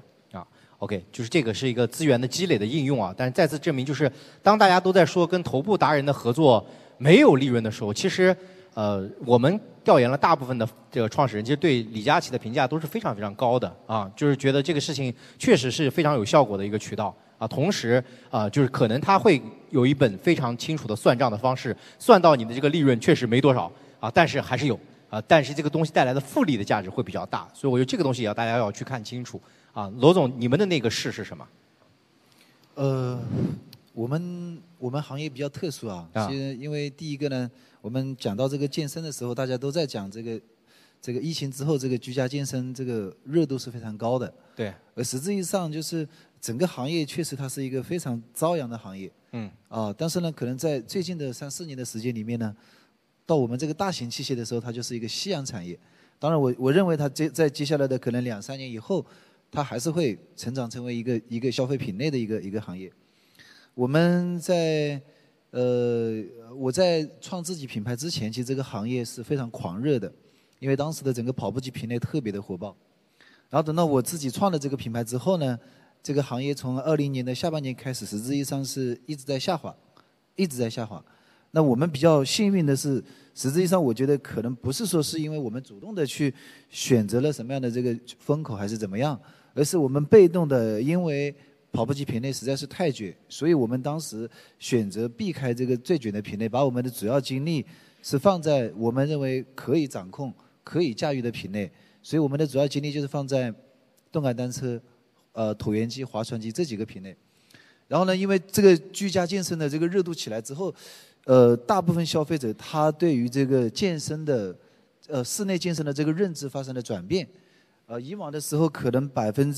OK， 就是这个是一个资源的积累的应用啊，但是再次证明，就是当大家都在说跟头部达人的合作没有利润的时候，其实我们调研了大部分的这个创始人，其实对李佳琦的评价都是非常非常高的啊，就是觉得这个事情确实是非常有效果的一个渠道啊，同时就是可能他会有一本非常清楚的算账的方式，算到你的这个利润确实没多少啊，但是还是有但是这个东西带来的复利的价值会比较大，所以我觉得这个东西大家要去看清楚。罗总，你们的那个势是什么？ 我们行业比较特殊啊，其实因为第一个呢，我们讲到这个健身的时候，大家都在讲这个疫情之后，这个居家健身这个热度是非常高的。 对。 而实质意义上就是整个行业确实它是一个非常朝阳的行业。但是呢，可能在最近的3、4年的时间里面呢，到我们这个大型器械的时候，它就是一个夕阳产业。当然我认为它在接下来的可能2、3年以后，它还是会成长成为一个消费品类的一个行业。我们在我在创自己品牌之前，其实这个行业是非常狂热的，因为当时的整个跑步机品类特别的火爆。然后等到我自己创了这个品牌之后呢，这个行业从20年的下半年开始，实质意义上是一直在下滑，一直在下滑。那我们比较幸运的是，实际上我觉得可能不是说是因为我们主动的去选择了什么样的这个风口还是怎么样，而是我们被动的，因为跑步机品类实在是太卷，所以我们当时选择避开这个最卷的品类，把我们的主要精力是放在我们认为可以掌控、可以驾驭的品类。所以我们的主要精力就是放在动感单车、椭圆机、划船机这几个品类。然后呢，因为这个居家健身的这个热度起来之后，大部分消费者他对于这个健身的室内健身的这个认知发生了转变。以往的时候可能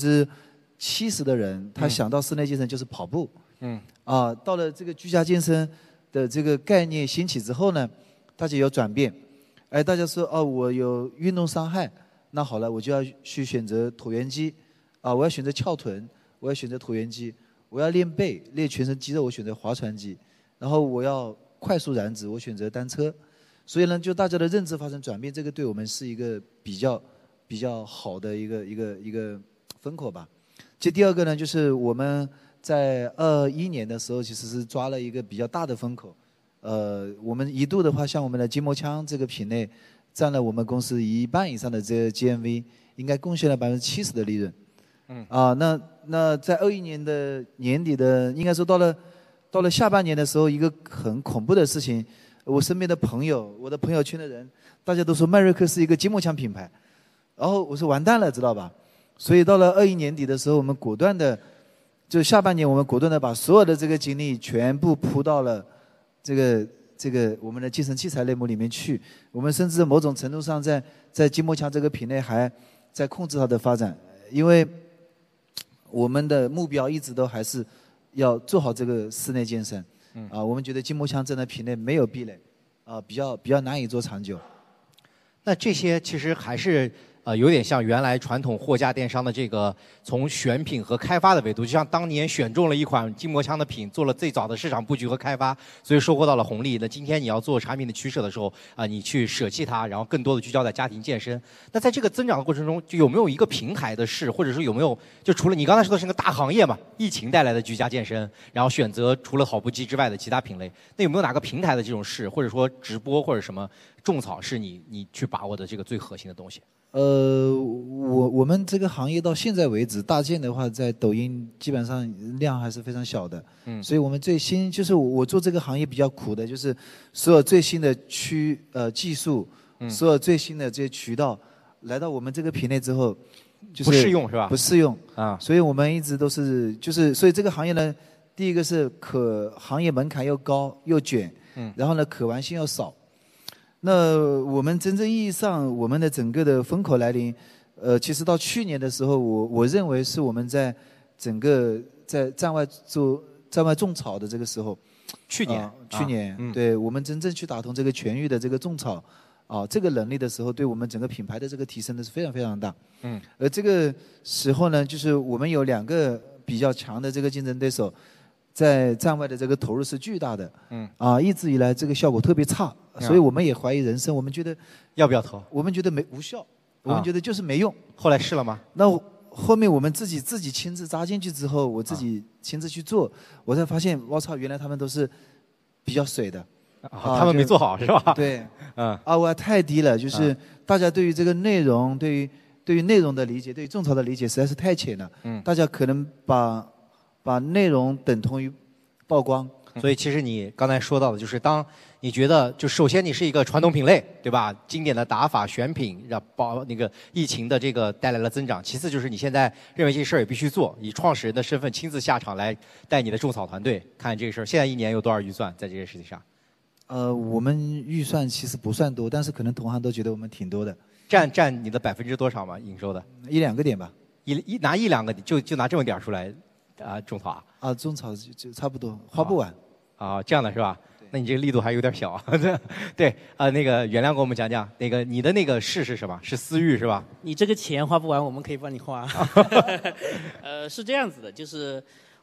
70%的人他想到室内健身就是跑步。到了这个居家健身的这个概念兴起之后呢，大家有转变。大家说我有运动伤害。那好了，我就要去选择椭圆机，我要选择翘臀，我要选择椭圆机，我要练背、练全身肌肉，我选择划船机，然后我要快速燃脂，我选择单车。所以呢，就大家的认知发生转变，这个对我们是一个比较好的一个风口吧。这第二个呢，就是我们在21年的时候，其实是抓了一个比较大的风口。我们一度的话，像我们的筋膜枪这个品类，占了我们公司1半以上的这个 GMV， 应该贡献了70%的利润。那在21年的年底的，应该说到了下半年的时候，一个很恐怖的事情，我身边的朋友，我的朋友圈的人，大家都说迈锐克是一个筋膜枪品牌，然后我说完蛋了，知道吧？所以到了21年底的时候，我们果断的，就下半年我们果断的把所有的这个精力全部扑到了这个我们的健身器材类目里面去，我们甚至某种程度上在筋膜枪这个品类还在控制它的发展，因为我们的目标一直都还是要做好这个室内健身。我们觉得筋膜枪这类品类没有壁垒，比较难以做长久。 那这些其实还是有点像原来传统货架电商的这个从选品和开发的维度，就像当年选中了一款筋膜枪的品，做了最早的市场布局和开发，所以收获到了红利。那今天你要做产品的取舍的时候你去舍弃它，然后更多的聚焦在家庭健身。那在这个增长的过程中，就有没有一个平台的事，或者说有没有就除了你刚才说的是个大行业嘛，疫情带来的居家健身，然后选择除了跑步机之外的其他品类，那有没有哪个平台的这种事，或者说直播或者什么种草是你去把握的这个最核心的东西？ 我们这个行业到现在为止，大件的话在抖音基本上量还是非常小的。所以我们最新就是我做这个行业比较苦的，就是所有最新的技术，所有最新的这些渠道来到我们这个品类之后，就是不适用是吧？ 不适用啊， 所以我们一直都是所以这个行业呢，第一个是行业门槛又高又卷，然后呢可玩性又少。那我们真正意义上，我们的整个的风口来临，其实到去年的时候，我认为是我们在整个在站外种草的这个时候， 去年， 对我们真正去打通这个全域的这个种草，这个能力的时候，对我们整个品牌的这个提升的是非常非常大。而这个时候呢，就是我们有2个比较强的这个竞争对手。在站外的这个投入是巨大的，一直以来这个效果特别差，所以我们也怀疑人生。我们觉得要不要投？ 我们觉得无效，我们觉得就是没用。 后来试了吗？ 那后面我们自己亲自扎进去之后，我自己亲自去做，我才发现，我操，原来他们都是比较水的， 他们没做好是吧？ 对，ROI 太低了，就是大家对于这个内容，对于内容的理解，对于种草的理解实在是太浅了。大家可能把内容等同于曝光， 所以其实你刚才说到的就是，当你觉得就首先你是一个传统品类，对吧？经典的打法选品，让那个疫情的这个带来了增长。其次就是你现在认为这事儿也必须做，以创始人的身份亲自下场来带你的种草团队看这个事儿。现在1年有多少预算在这件事情上？ 我们预算其实不算多，但是可能同行都觉得我们挺多的。 占你的%多少嘛？营收的 ？1-2个点吧。 拿1-2个就拿这么点出来。种草种草就差不多，花不完。 这样的是吧？那你这个力度还有点小。对那个原谅给我们讲讲，那个你的那个是什么？是私域是吧？ 你这个钱花不完，我们可以帮你花。是这样子的，就是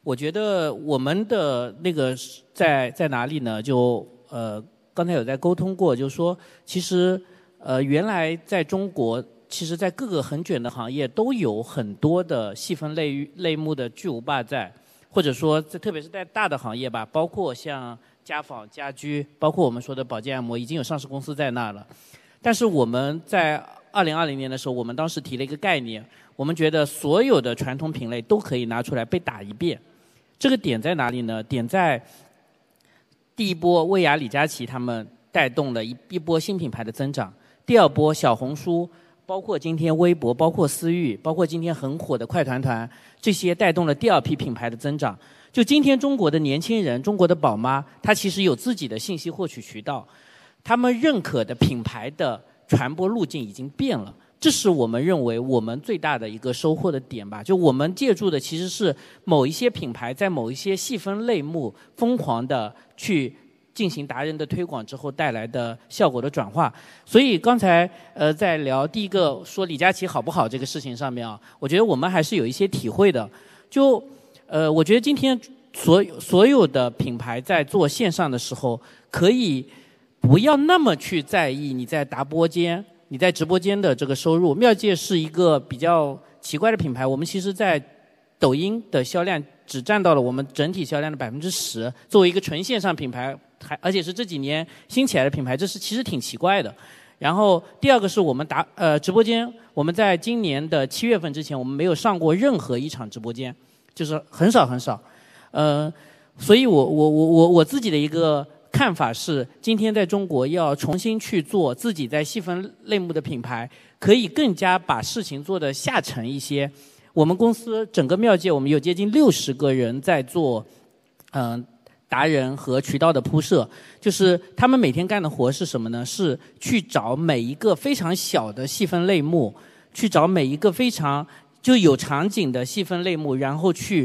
我觉得我们的那个在哪里呢？刚才有在沟通过，就是说，其实原来在中国，其实在各个很卷的行业都有很多的细分类目的巨无霸在，或者说特别是在大的行业吧，包括像家纺、家居，包括我们说的保健按摩，已经有上市公司在那了。但是我们在2020年的时候，我们当时提了一个概念，我们觉得所有的传统品类都可以拿出来被打一遍。这个点在哪里呢？点在第一波薇娅、李佳琦他们带动了一波新品牌的增长，第二波小红书，包括今天微博，包括私域，包括今天很火的快团团，这些带动了第二批品牌的增长。就今天中国的年轻人，中国的宝妈，她其实有自己的信息获取渠道，他们认可的品牌的传播路径已经变了。这是我们认为我们最大的一个收获的点吧。就我们借助的其实是某一些品牌在某一些细分类目疯狂的去进行达人的推广之后带来的效果的转化。所以刚才在聊第一个说李佳琦好不好这个事情上面啊，我觉得我们还是有一些体会的。就我觉得今天所有的品牌在做线上的时候，可以不要那么去在意你在你在直播间的这个收入。妙界是一个比较奇怪的品牌，我们其实在抖音的销量只占到了我们整体销量的10%。作为一个纯线上品牌，而且是这几年兴起来的品牌，这是其实挺奇怪的。然后第二个是我们直播间，我们在今年的7月份之前，我们没有上过任何一场直播间，就是很少很少。所以我自己的一个看法是，今天在中国要重新去做自己在细分类目的品牌，可以更加把事情做得下沉一些。我们公司整个妙界，我们有接近60个人在做达人和渠道的铺设，就是他们每天干的活是什么呢？是去找每一个非常小的细分类目，去找每一个非常就有场景的细分类目，然后去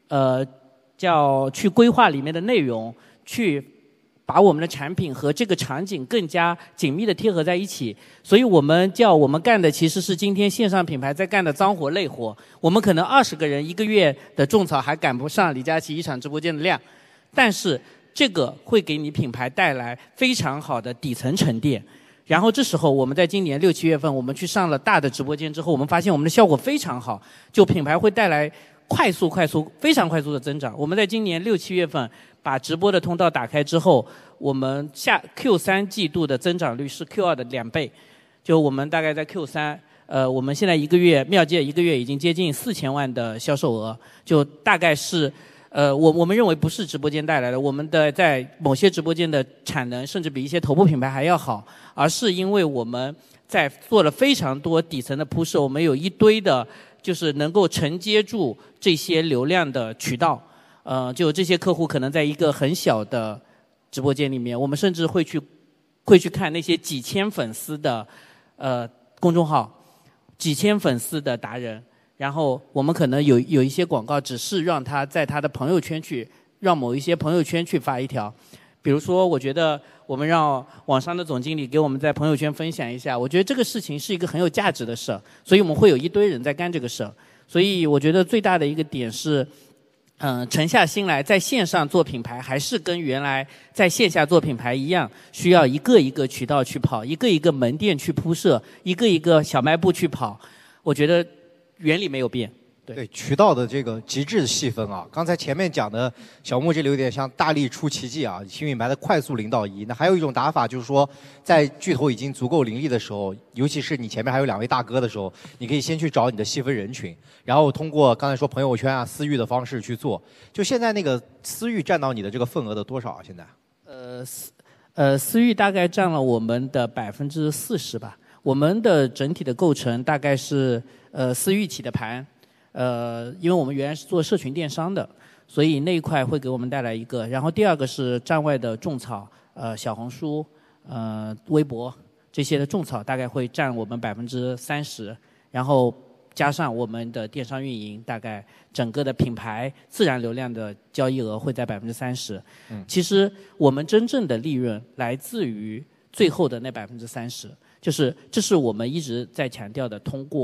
去规划里面的内容，去把我们的产品和这个场景更加紧密的贴合在一起。所以我们干的其实是今天线上品牌在干的脏活累活。我们可能20个人1个月的种草还赶不上李佳琦一场直播间的量，但是这个会给你品牌带来非常好的底层沉淀。然后这时候我们在今年6、7月份我们去上了大的直播间之后，我们发现我们的效果非常好，就品牌会带来非常快速的增长。我们在今年6、7月份把直播的通道打开之后，我们Q3季度的增长率是Q2的2倍。就我们大概在Q3，我们现在妙界一个月已经接近4000万的销售额，就大概是我们认为不是直播间带来的，我们的在某些直播间的产能甚至比一些头部品牌还要好，而是因为我们在做了非常多底层的铺设，我们有一堆的就是能够承接住这些流量的渠道。就这些客户可能在一个很小的直播间里面，我们甚至会去看那些几千粉丝的公众号，几千粉丝的达人，然后我们可能有一些广告只是让他在他的朋友圈让某一些朋友圈去发一条。比如说我觉得我们让网商的总经理给我们在朋友圈分享一下，我觉得这个事情是一个很有价值的事儿，所以我们会有一堆人在干这个事儿。所以我觉得最大的一个点是沉下心来在线上做品牌，还是跟原来在线下做品牌一样，需要一个一个渠道去跑，一个一个门店去铺设，一个一个小卖部去跑。我觉得原理没有变。 对渠道的这个极致细分啊，刚才前面讲的小木这里有点像大力出奇迹啊，新品牌的快速零到一。那还有一种打法就是说，在巨头已经足够凌厉的时候，尤其是你前面还有2位大哥的时候，你可以先去找你的细分人群，然后通过刚才说朋友圈啊、私域的方式去做。就现在那个私域占到你的这个份额的多少啊？现在？ 私域大概占了我们的40%吧。我们的整体的构成大概是私域起的盘。因为我们原来是做社群电商的，所以那一块会给我们带来一个。然后第二个是站外的种草，小红书、微博这些的种草大概会占我们30%，然后加上我们的电商运营，大概整个的品牌自然流量的交易额会在30%。其实我们真正的利润来自于最后的那30%，就是这是我们一直在强调的，通过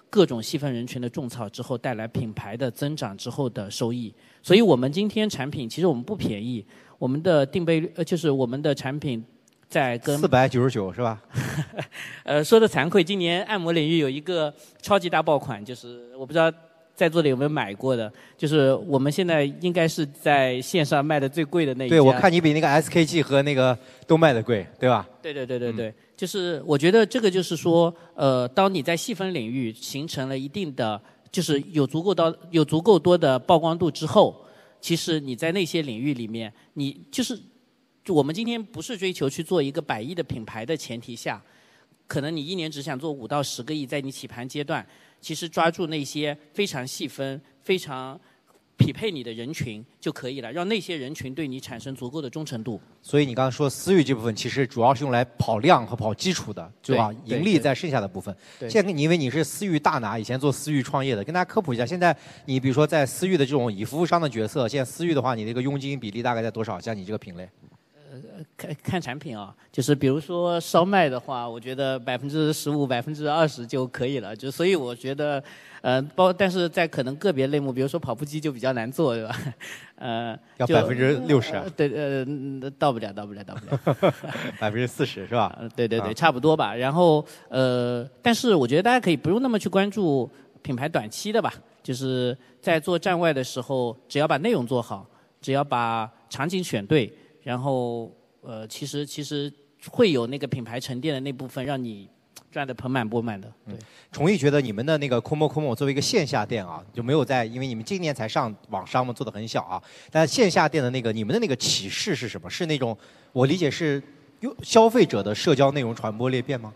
各种细分人群的种草之后带来品牌的增长之后的收益。所以我们今天产品其实我们不便宜，我们的定倍率就是我们的产品在跟 499是吧？ 说的惭愧，今年按摩领域有一个超级大爆款，就是我不知道在座的有没有买过的，就是我们现在应该是在线上卖的最贵的那一家。 对，我看你比那个 SKG 和那个都卖的贵，对吧？ 对，就是我觉得这个就是说，当你在细分领域形成了一定的，就是有足够多的曝光度之后，其实你在那些领域里面，你就我们今天不是追求去做一个100亿的品牌的前提下，可能你一年只想做5到10个亿，在你起盘阶段，其实抓住那些非常细分、非常匹配你的人群就可以了，让那些人群对你产生足够的忠诚度。 所以你刚刚说私域这部分其实主要是用来跑量和跑基础的，对吧？盈利在剩下的部分。现在你因为你是私域大拿，以前做私域创业的，跟大家科普一下，现在你比如说在私域的这种以服务商的角色，现在私域的话，你的一个佣金比例大概在多少？像你这个品类？ 看产品啊，就是比如说烧麦的话，我觉得15%、20%就可以了。所以我觉得，但是在可能个别类目，比如说跑步机就比较难做，对吧？ 要60%。 对，到不了。 40%是吧？ 对，差不多吧。然后但是我觉得大家可以不用那么去关注品牌短期的吧，就是在做站外的时候，只要把内容做好，只要把场景选对。然后其实会有那个品牌沉淀的那部分，让你赚得盆满钵满的。对， 崇义觉得你们的那个 Como 作为一个线下店啊，就没有因为你们今年才上网商嘛，做得很小啊。但线下店的那个你们的那个启示是什么？是那种我理解是消费者的社交内容传播裂变吗？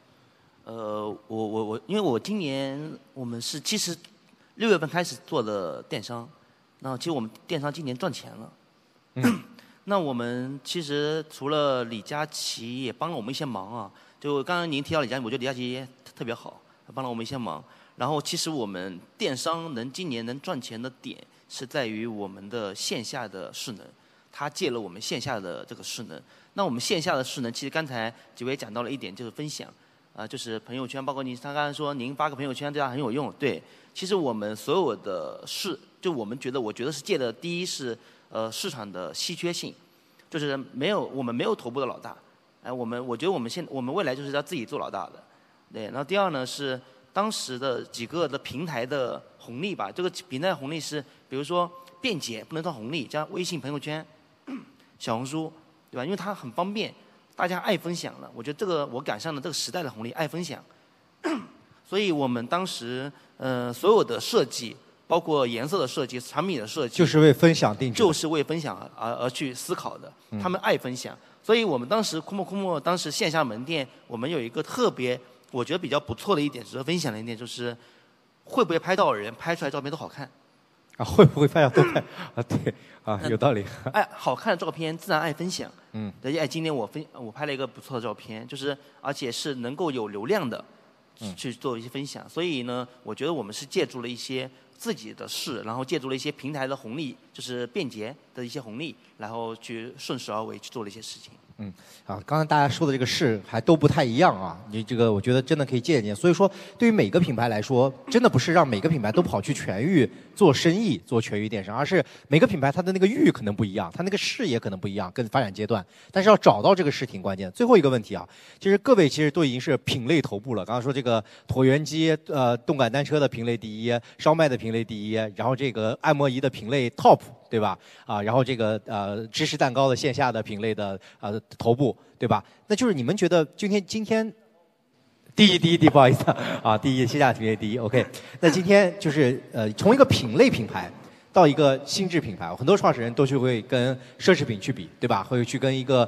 因为我今年我们是其实6月份开始做的电商，那其实我们电商今年赚钱了。那我们其实除了李佳琦也帮了我们一些忙啊，就刚刚您提到李佳琦，我觉得李佳琦也特别好，他帮了我们一些忙。然后其实我们电商今年能赚钱的点是在于我们的线下的势能，他借了我们线下的这个势能。那我们线下的势能，其实刚才几位讲到了一点，就是分享，就是朋友圈，包括他刚才说您发个朋友圈对他很有用，对。其实我们所有的我觉得是借的，第一是市场的稀缺性，就是我们没有头部的老大，我觉得我们未来就是要自己做老大的，对。然后第二呢是当时的几个的平台的红利吧，这个平台的红利是比如说便捷不能算红利，加微信朋友圈、小红书，对吧？因为它很方便，大家爱分享了，我觉得这个我赶上了这个时代的红利，爱分享。所以我们当时所有的设计，包括颜色的设计、产品的设计， 就是为分享定制， 就是为分享而去思考的。他们爱分享，所以我们当时Como当时线下门店，我们有一个特别我觉得比较不错的一点，值得分享的一点就是会不会拍到人，拍出来照片都好看。 会不会拍到都拍对有道理。 好看的照片自然爱分享。今天我拍了一个不错的照片，就是而且是能够有流量的。去做一些分享，所以呢，我觉得我们是借助了一些自己的事，然后借助了一些平台的红利，就是便捷的一些红利，然后去顺势而为去做了一些事情。 刚才大家说的这个事还都不太一样啊，你这个我觉得真的可以借鉴。所以说，对于每个品牌来说，真的不是让每个品牌都跑去全域做生意、做全域电商，而是每个品牌它的那个域可能不一样，它那个势也可能不一样，跟发展阶段。但是要找到这个势挺关键的。最后一个问题啊，就是各位其实都已经是品类头部了。刚刚说这个椭圆机、动感单车的品类第一，烧麦的品类第一，然后这个按摩仪的品类 top。对吧？然后这个芝士蛋糕的线下的品类的头部，对吧？那就是你们觉得今天第一，不好意思第一线下品类第一 ，OK。那今天就是从一个品类品牌到一个心智品牌，很多创始人都去会跟奢侈品去比，对吧？会去跟一个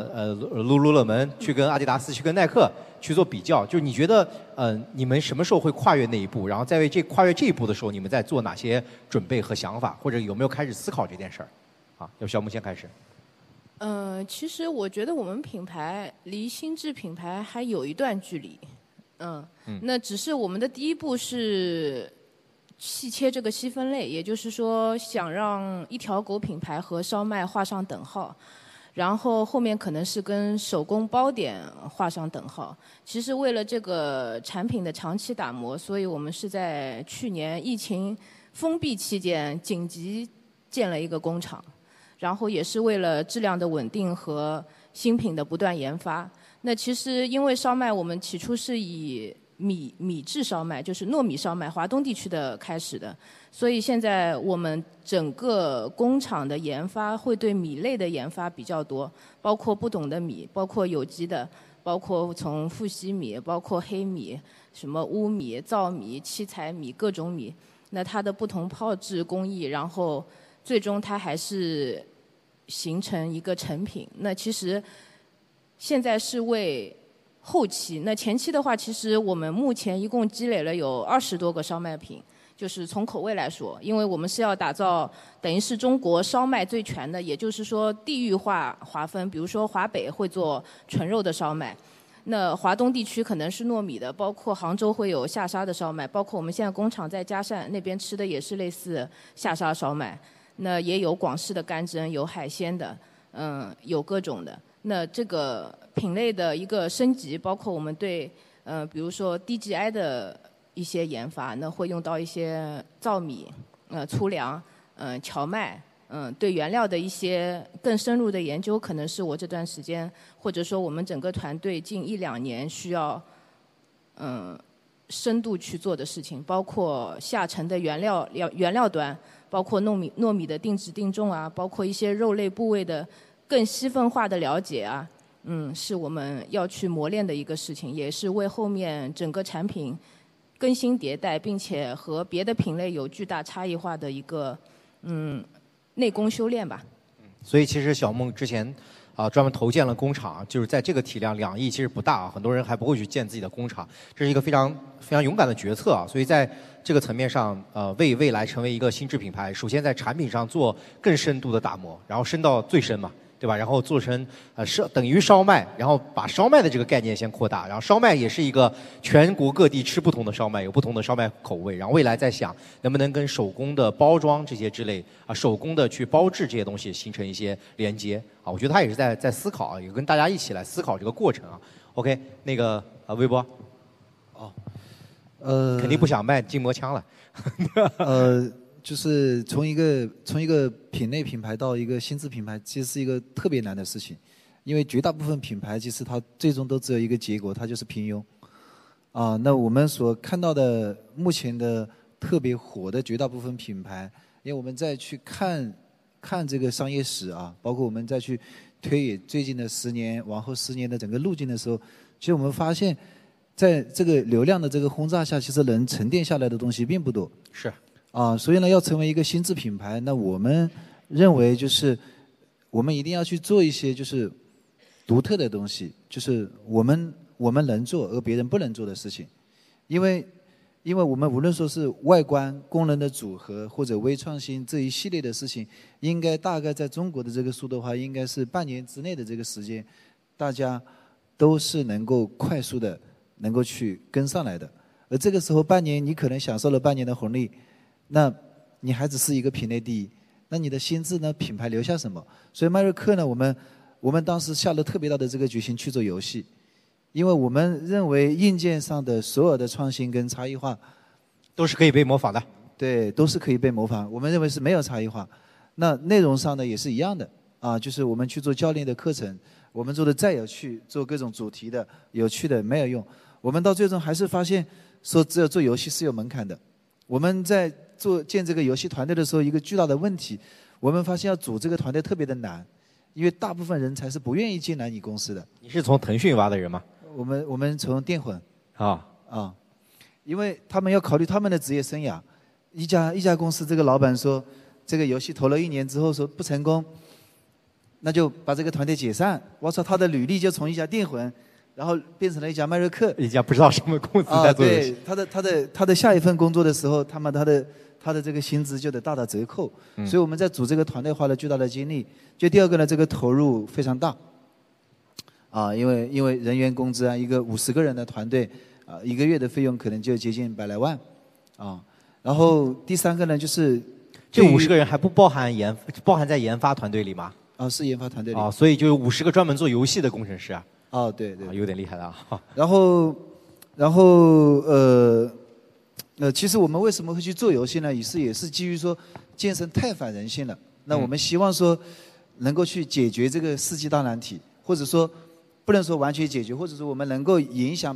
Lululemon，去跟阿迪达斯，去跟耐克去做比较。就是你觉得你们什么时候会跨越那一步？然后在为跨越这一步的时候，你们在做哪些准备和想法，或者有没有开始思考这件事儿？由小木先开始。 其实我觉得我们品牌离心智品牌还有一段距离。那只是我们的第一步是细切这个细分类，也就是说想让一条狗品牌和烧麦画上等号。 然后后面可能是跟手工包点画上等号。其实为了这个产品的长期打磨，所以我们是在去年疫情封闭期间紧急建了一个工厂，然后也是为了质量的稳定和新品的不断研发。那其实因为烧麦我们起初是以米制烧麦，就是糯米烧麦，华东地区的开始的，所以现在我们整个工厂的研发会对米类的研发比较多，包括不同的米，包括有机的，包括从富硒米，包括黑米，什么乌米、糙米、七彩米，各种米。那它的不同泡制工艺，然后最终它还是形成一个成品。那其实现在是为后期，那前期的话，其实我们目前一共积累了有20多个烧麦品，就是从口味来说，因为我们是要打造等于是中国烧麦最全的，也就是说地域化划分，比如说华北会做纯肉的烧麦，那华东地区可能是糯米的，包括杭州会有下沙的烧麦，包括我们现在工厂在嘉善那边吃的也是类似下沙烧麦，那也有广式的干蒸，有海鲜的，有各种的。那这个品类的一个升级，包括我们对比如说 DGI 的一些研发，那会用到一些糙米、粗粮、荞麦，对原料的一些更深入的研究，可能是我这段时间或者说我们整个团队近1-2年需要深度去做的事情，包括下沉的原料端，包括糯米的定制定重啊，包括一些肉类部位的更细分化的了解啊，是我们要去磨练的一个事情，也是为后面整个产品更新迭代，并且和别的品类有巨大差异化的一个内功修炼吧。 所以其实小梦之前专门投建了工厂，就是在这个体量2亿其实不大啊，很多人还不会去建自己的工厂，这是一个非常非常勇敢的决策啊。所以在这个层面上，为未来成为一个新质品牌，首先在产品上做更深度的打磨，然后深到最深嘛。对吧？然后做成等于烧麦，然后把烧麦的这个概念先扩大，然后烧麦也是一个全国各地吃不同的烧麦，有不同的烧麦口味，然后未来再想能不能跟手工的包装这些之类手工的去包制这些东西形成一些连接啊，我觉得他也是在思考啊，也跟大家一起来思考这个过程啊。OK， 那个微波，肯定不想卖筋膜枪了。 就是从一个品类品牌到一个新质品牌，其实是一个特别难的事情，因为绝大部分品牌其实它最终都只有一个结果，它就是平庸。那我们所看到的目前的特别火的绝大部分品牌，因为我们再去看这个商业史啊，包括我们再去推演最近的10年、往后10年的整个路径的时候，其实我们发现，在这个流量的这个轰炸下，其实能沉淀下来的东西并不多。 是。 所以呢，要成为一个新质品牌，那我们认为就是我们一定要去做一些就是独特的东西，就是我们能做而别人不能做的事情，因为我们无论说是外观、功能的组合或者微创新这一系列的事情，应该大概在中国的这个速度的话，应该是半年之内的这个时间，大家都是能够快速的能够去跟上来的。而这个时候半年，你可能享受了半年的红利。那你还只是一个品类第一，那你的心智呢？品牌留下什么？所以迈瑞克呢，我们当时下了特别大的这个决心去做游戏，因为我们认为硬件上的所有的创新跟差异化都是可以被模仿的。 对，都是可以被模仿。我们认为是没有差异化。那内容上呢也是一样的就是我们去做教练的课程，我们做的再有趣，做各种主题的有趣的没有用。我们到最终还是发现，说只有做游戏是有门槛的。我们在建这个游戏团队的时候，一个巨大的问题，我们发现要组这个团队特别的难，因为大部分人才是不愿意进来你公司的。 你是从腾讯挖的人吗？ 我们从电混因为他们要考虑他们的职业生涯。一家公司，这个老板说这个游戏投了1年之后说不成功，那就把这个团队解散。我操，他的履历就从一家电混，然后变成了一家迈瑞克， 一家不知道什么公司在做游戏。 对，他的下一份工作的时候，他的这个薪资就得大打折扣，所以我们在组这个团队花了巨大的精力。就第二个呢，这个投入非常大，因为人员工资一个50个人的团队1个月的费用可能就接近100来万，然后第三个呢就是这50个人还不包含在研发团队里吗？ 是研发团队里。 所以就有50个专门做游戏的工程师啊。 对对。 有点厉害的啊。 然后其实我们为什么会去做游戏呢？也是基于说健身太反人性了。那我们希望说能够去解决这个世纪大难题，或者说不能说完全解决，或者说我们能够影响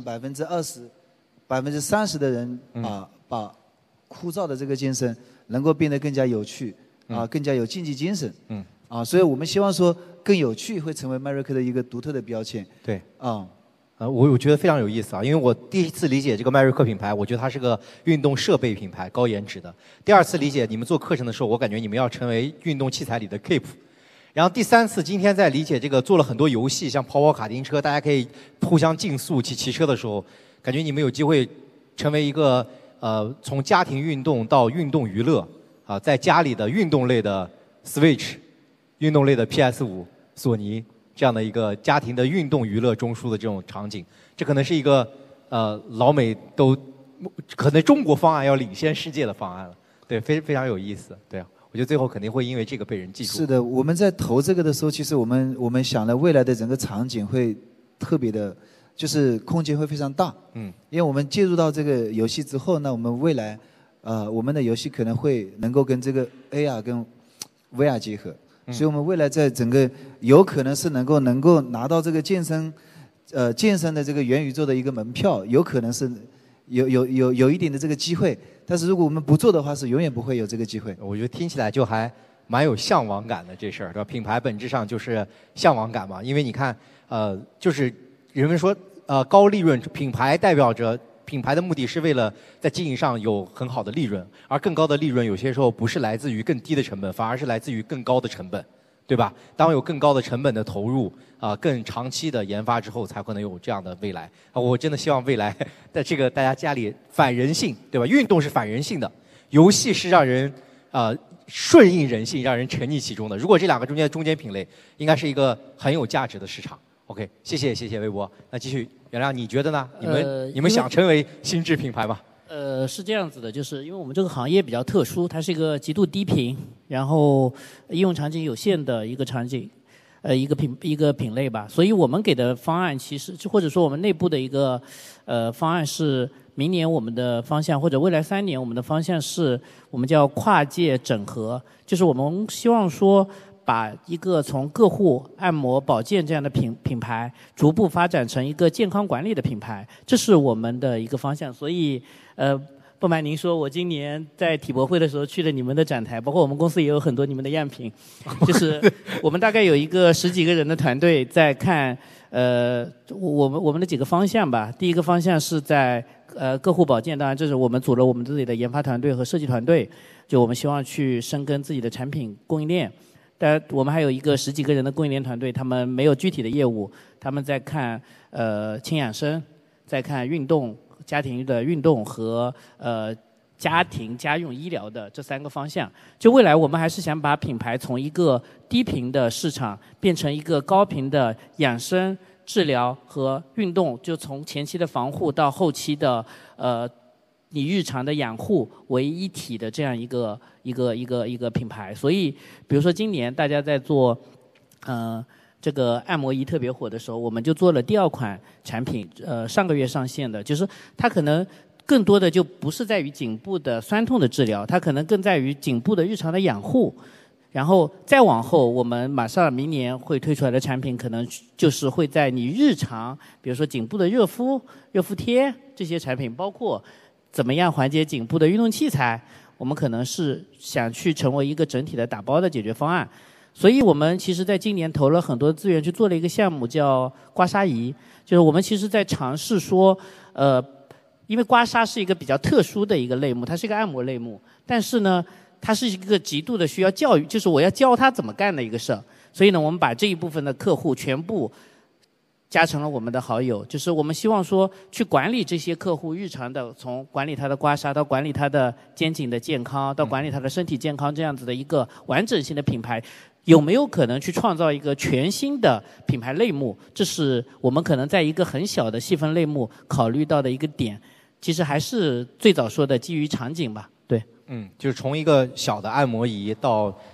20%、30%的人把枯燥的这个健身能够变得更加有趣更加有竞技精神。所以我们希望说更有趣会成为迈瑞克的一个独特的标签。 对。我觉得非常有意思啊，因为我第一次理解这个迈瑞克品牌，我觉得它是个运动设备品牌，高颜值的。第二次理解你们做课程的时候，我感觉你们要成为运动器材里的 Keep。然后第三次，今天在理解这个做了很多游戏，像跑跑卡丁车，大家可以互相竞速去骑车的时候，感觉你们有机会成为一个从家庭运动到运动娱乐在家里的运动类的 Switch， 运动类的 PS5、索尼。这样的一个家庭的运动娱乐中枢的这种场景，这可能是一个老美都可能中国方案要领先世界的方案了。对，非常有意思。对啊，我觉得最后肯定会因为这个被人记住。 是的，我们在投这个的时候，其实我们想了未来的整个场景会特别的，就是空间会非常大。因为我们介入到这个游戏之后呢，我们未来我们的游戏可能会能够跟这个 AR 跟 VR 结合。所以我们未来在整个有可能是能够拿到这个健身的这个元宇宙的一个门票，有可能是有一点的这个机会，但是如果我们不做的话，是永远不会有这个机会。 我觉得听起来就还蛮有向往感的这事儿，对吧？品牌本质上就是向往感嘛，因为你看就是人们说高利润品牌代表着。品牌的目的是为了在经营上有很好的利润，而更高的利润有些时候不是来自于更低的成本，反而是来自于更高的成本，对吧？当有更高的成本的投入更长期的研发之后，才可能有这样的未来我真的希望未来在这个大家家里反人性，对吧？运动是反人性的，游戏是让人顺应人性，让人沉溺其中的。如果这两个中间品类，应该是一个很有价值的市场。OK， 谢谢微博。那继续，原谅你觉得呢？你们想成为心智品牌吗？ 是这样子的，就是因为我们这个行业比较特殊，它是一个极度低频，然后应用场景有限的一个场景，一个品类吧。所以我们给的方案其实，或者说我们内部的一个方案是，明年我们的方向或者未来3年我们的方向是我们叫跨界整合，就是我们希望说。把一个从个护、按摩、保健这样的品牌，逐步发展成一个健康管理的品牌，这是我们的一个方向。所以，不瞒您说，我今年在体博会的时候去了你们的展台，包括我们公司也有很多你们的样品，就是我们大概有一个10几个人的团队在看，我们的几个方向吧。第一个方向是在个护保健，当然这是我们组了我们自己的研发团队和设计团队，就我们希望去深耕自己的产品供应链。但我们还有一个10几个人的供应链团队，他们没有具体的业务，他们在看轻养生，在看运动、家庭的运动和家庭家用医疗的这3个方向。就未来我们还是想把品牌从一个低频的市场变成一个高频的养生、治疗和运动，就从前期的防护到后期的你日常的养护为一体的这样一个品牌。所以比如说今年大家在做这个按摩仪特别火的时候，我们就做了第2款产品，上个月上线的，就是它可能更多的就不是在于颈部的酸痛的治疗，它可能更在于颈部的日常的养护。然后再往后，我们马上明年会推出来的产品，可能就是会在你日常，比如说颈部的热敷贴这些产品，包括怎么样缓解颈部的运动器材，我们可能是想去成为一个整体的打包的解决方案。所以我们其实在今年投了很多资源去做了一个项目叫刮痧仪，就是我们其实在尝试说，因为刮痧是一个比较特殊的一个类目，它是一个按摩类目，但是呢，它是一个极度的需要教育，就是我要教他怎么干的一个事儿。所以呢，我们把这一部分的客户全部加成了我们的好友，就是我们希望说去管理这些客户日常的，从管理他的刮痧到管理他的肩颈的健康，到管理他的身体健康，这样子的一个完整性的品牌，有没有可能去创造一个全新的品牌类目？这是我们可能在一个很小的细分类目考虑到的一个点。其实还是最早说的基于场景吧，对。 就是从一个小的按摩仪到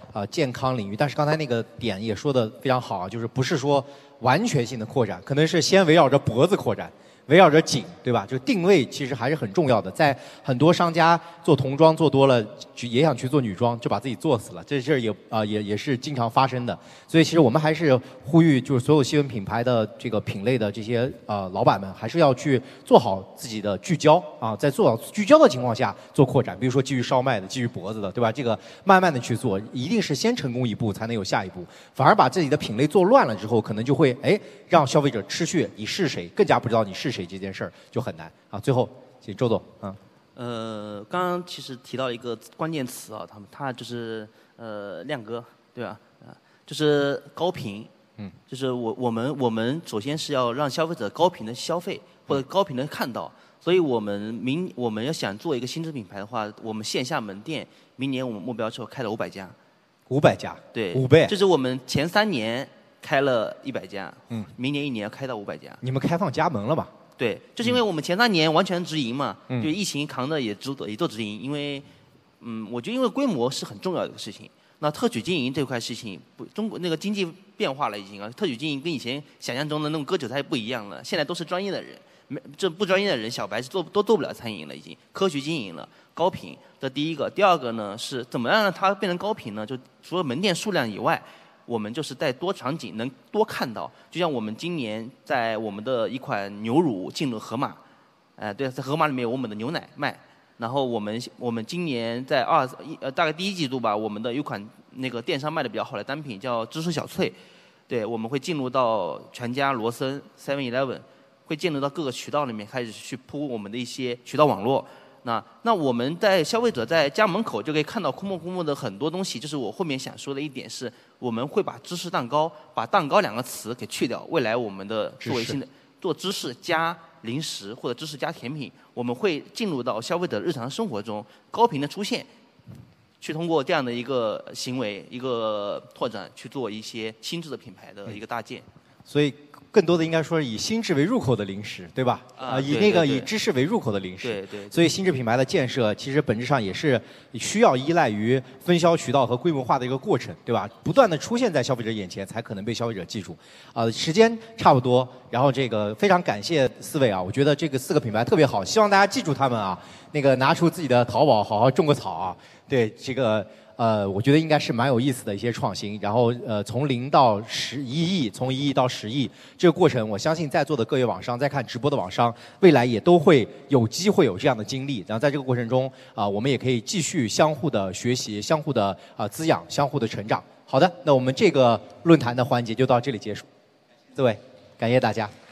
健康领域，但是刚才那个点也说的非常好啊，就是不是说完全性的扩展，可能是先围绕着脖子扩展。围绕着颈，对吧？就定位其实还是很重要的。在很多商家做童装做多了，也想去做女装，就把自己做死了。这事儿也是经常发生的。所以其实我们还是呼吁，就是所有细分品牌的这个品类的这些老板们，还是要去做好自己的聚焦啊，在做好聚焦的情况下做扩展。比如说基于烧麦的、基于脖子的，对吧？这个慢慢的去做，一定是先成功一步才能有下一步。反而把自己的品类做乱了之后，可能就会让消费者吃血，你是谁更加不知道你是谁。这件事儿就很难啊。最后，请周总啊。 刚刚其实提到了一个关键词啊，他就是亮哥，对吧？就是高频。就是我们首先是要让消费者高频的消费或者高频的看到，所以我们要想做一个新质品牌的话，我们线下门店明年我们目标是开了500家。 500家。 对。 5倍。 就是我们前3年开了100家，明年1年要开到500家。 你们开放加盟了吧？ 对，就是因为我们前3年完全直营嘛，就疫情扛的也做直营，因为我觉得因为规模是很重要的一个事情。那特许经营这块事情，中国那个经济变化了已经啊，特许经营跟以前想象中的那种割韭菜不一样了，现在都是专业的人，这不专业的人小白是都做不了餐饮了，已经科学经营了，高频。这第一个，第二个呢是怎么样让它变成高频呢？就除了门店数量以外。我们就是在多场景能多看到，就像我们今年在我们的一款牛乳进入盒马，对，在盒马里面有我们的牛奶卖。然后我们今年在大概第1季度吧，我们的有款那个电商卖的比较好的单品叫芝士小脆，对，我们会进入到全家、罗森、7-Eleven， 会进入到各个渠道里面开始去铺我们的一些渠道网络。那我们在消费者在家门口就可以看到库莫的很多东西，就是我后面想说的一点是，我们会把芝士蛋糕，把蛋糕2个词给去掉，未来我们的作为新的做芝士加零食或者芝士加甜品，我们会进入到消费者日常生活中高频的出现，去通过这样的一个行为一个拓展去做一些新质的品牌的一个搭建。 所以更多的应该说以心智为入口的零食，对吧？以知识为入口的零食。 对。 所以心智品牌的建设，其实本质上也是需要依赖于分销渠道和规模化的一个过程，对吧？不断的出现在消费者眼前，才可能被消费者记住。时间差不多，然后这个非常感谢4位啊，我觉得这个4个品牌特别好，希望大家记住他们啊。那个拿出自己的淘宝，好好种个草啊。对这个。我觉得应该是蛮有意思的一些创新，然后从0到1亿，从1亿到10亿这个过程，我相信在座的各位网商，在看直播的网商，未来也都会有机会有这样的经历。然后在这个过程中我们也可以继续相互的学习，相互的滋养，相互的成长。好的，那我们这个论坛的环节就到这里结束。4位，感谢大家。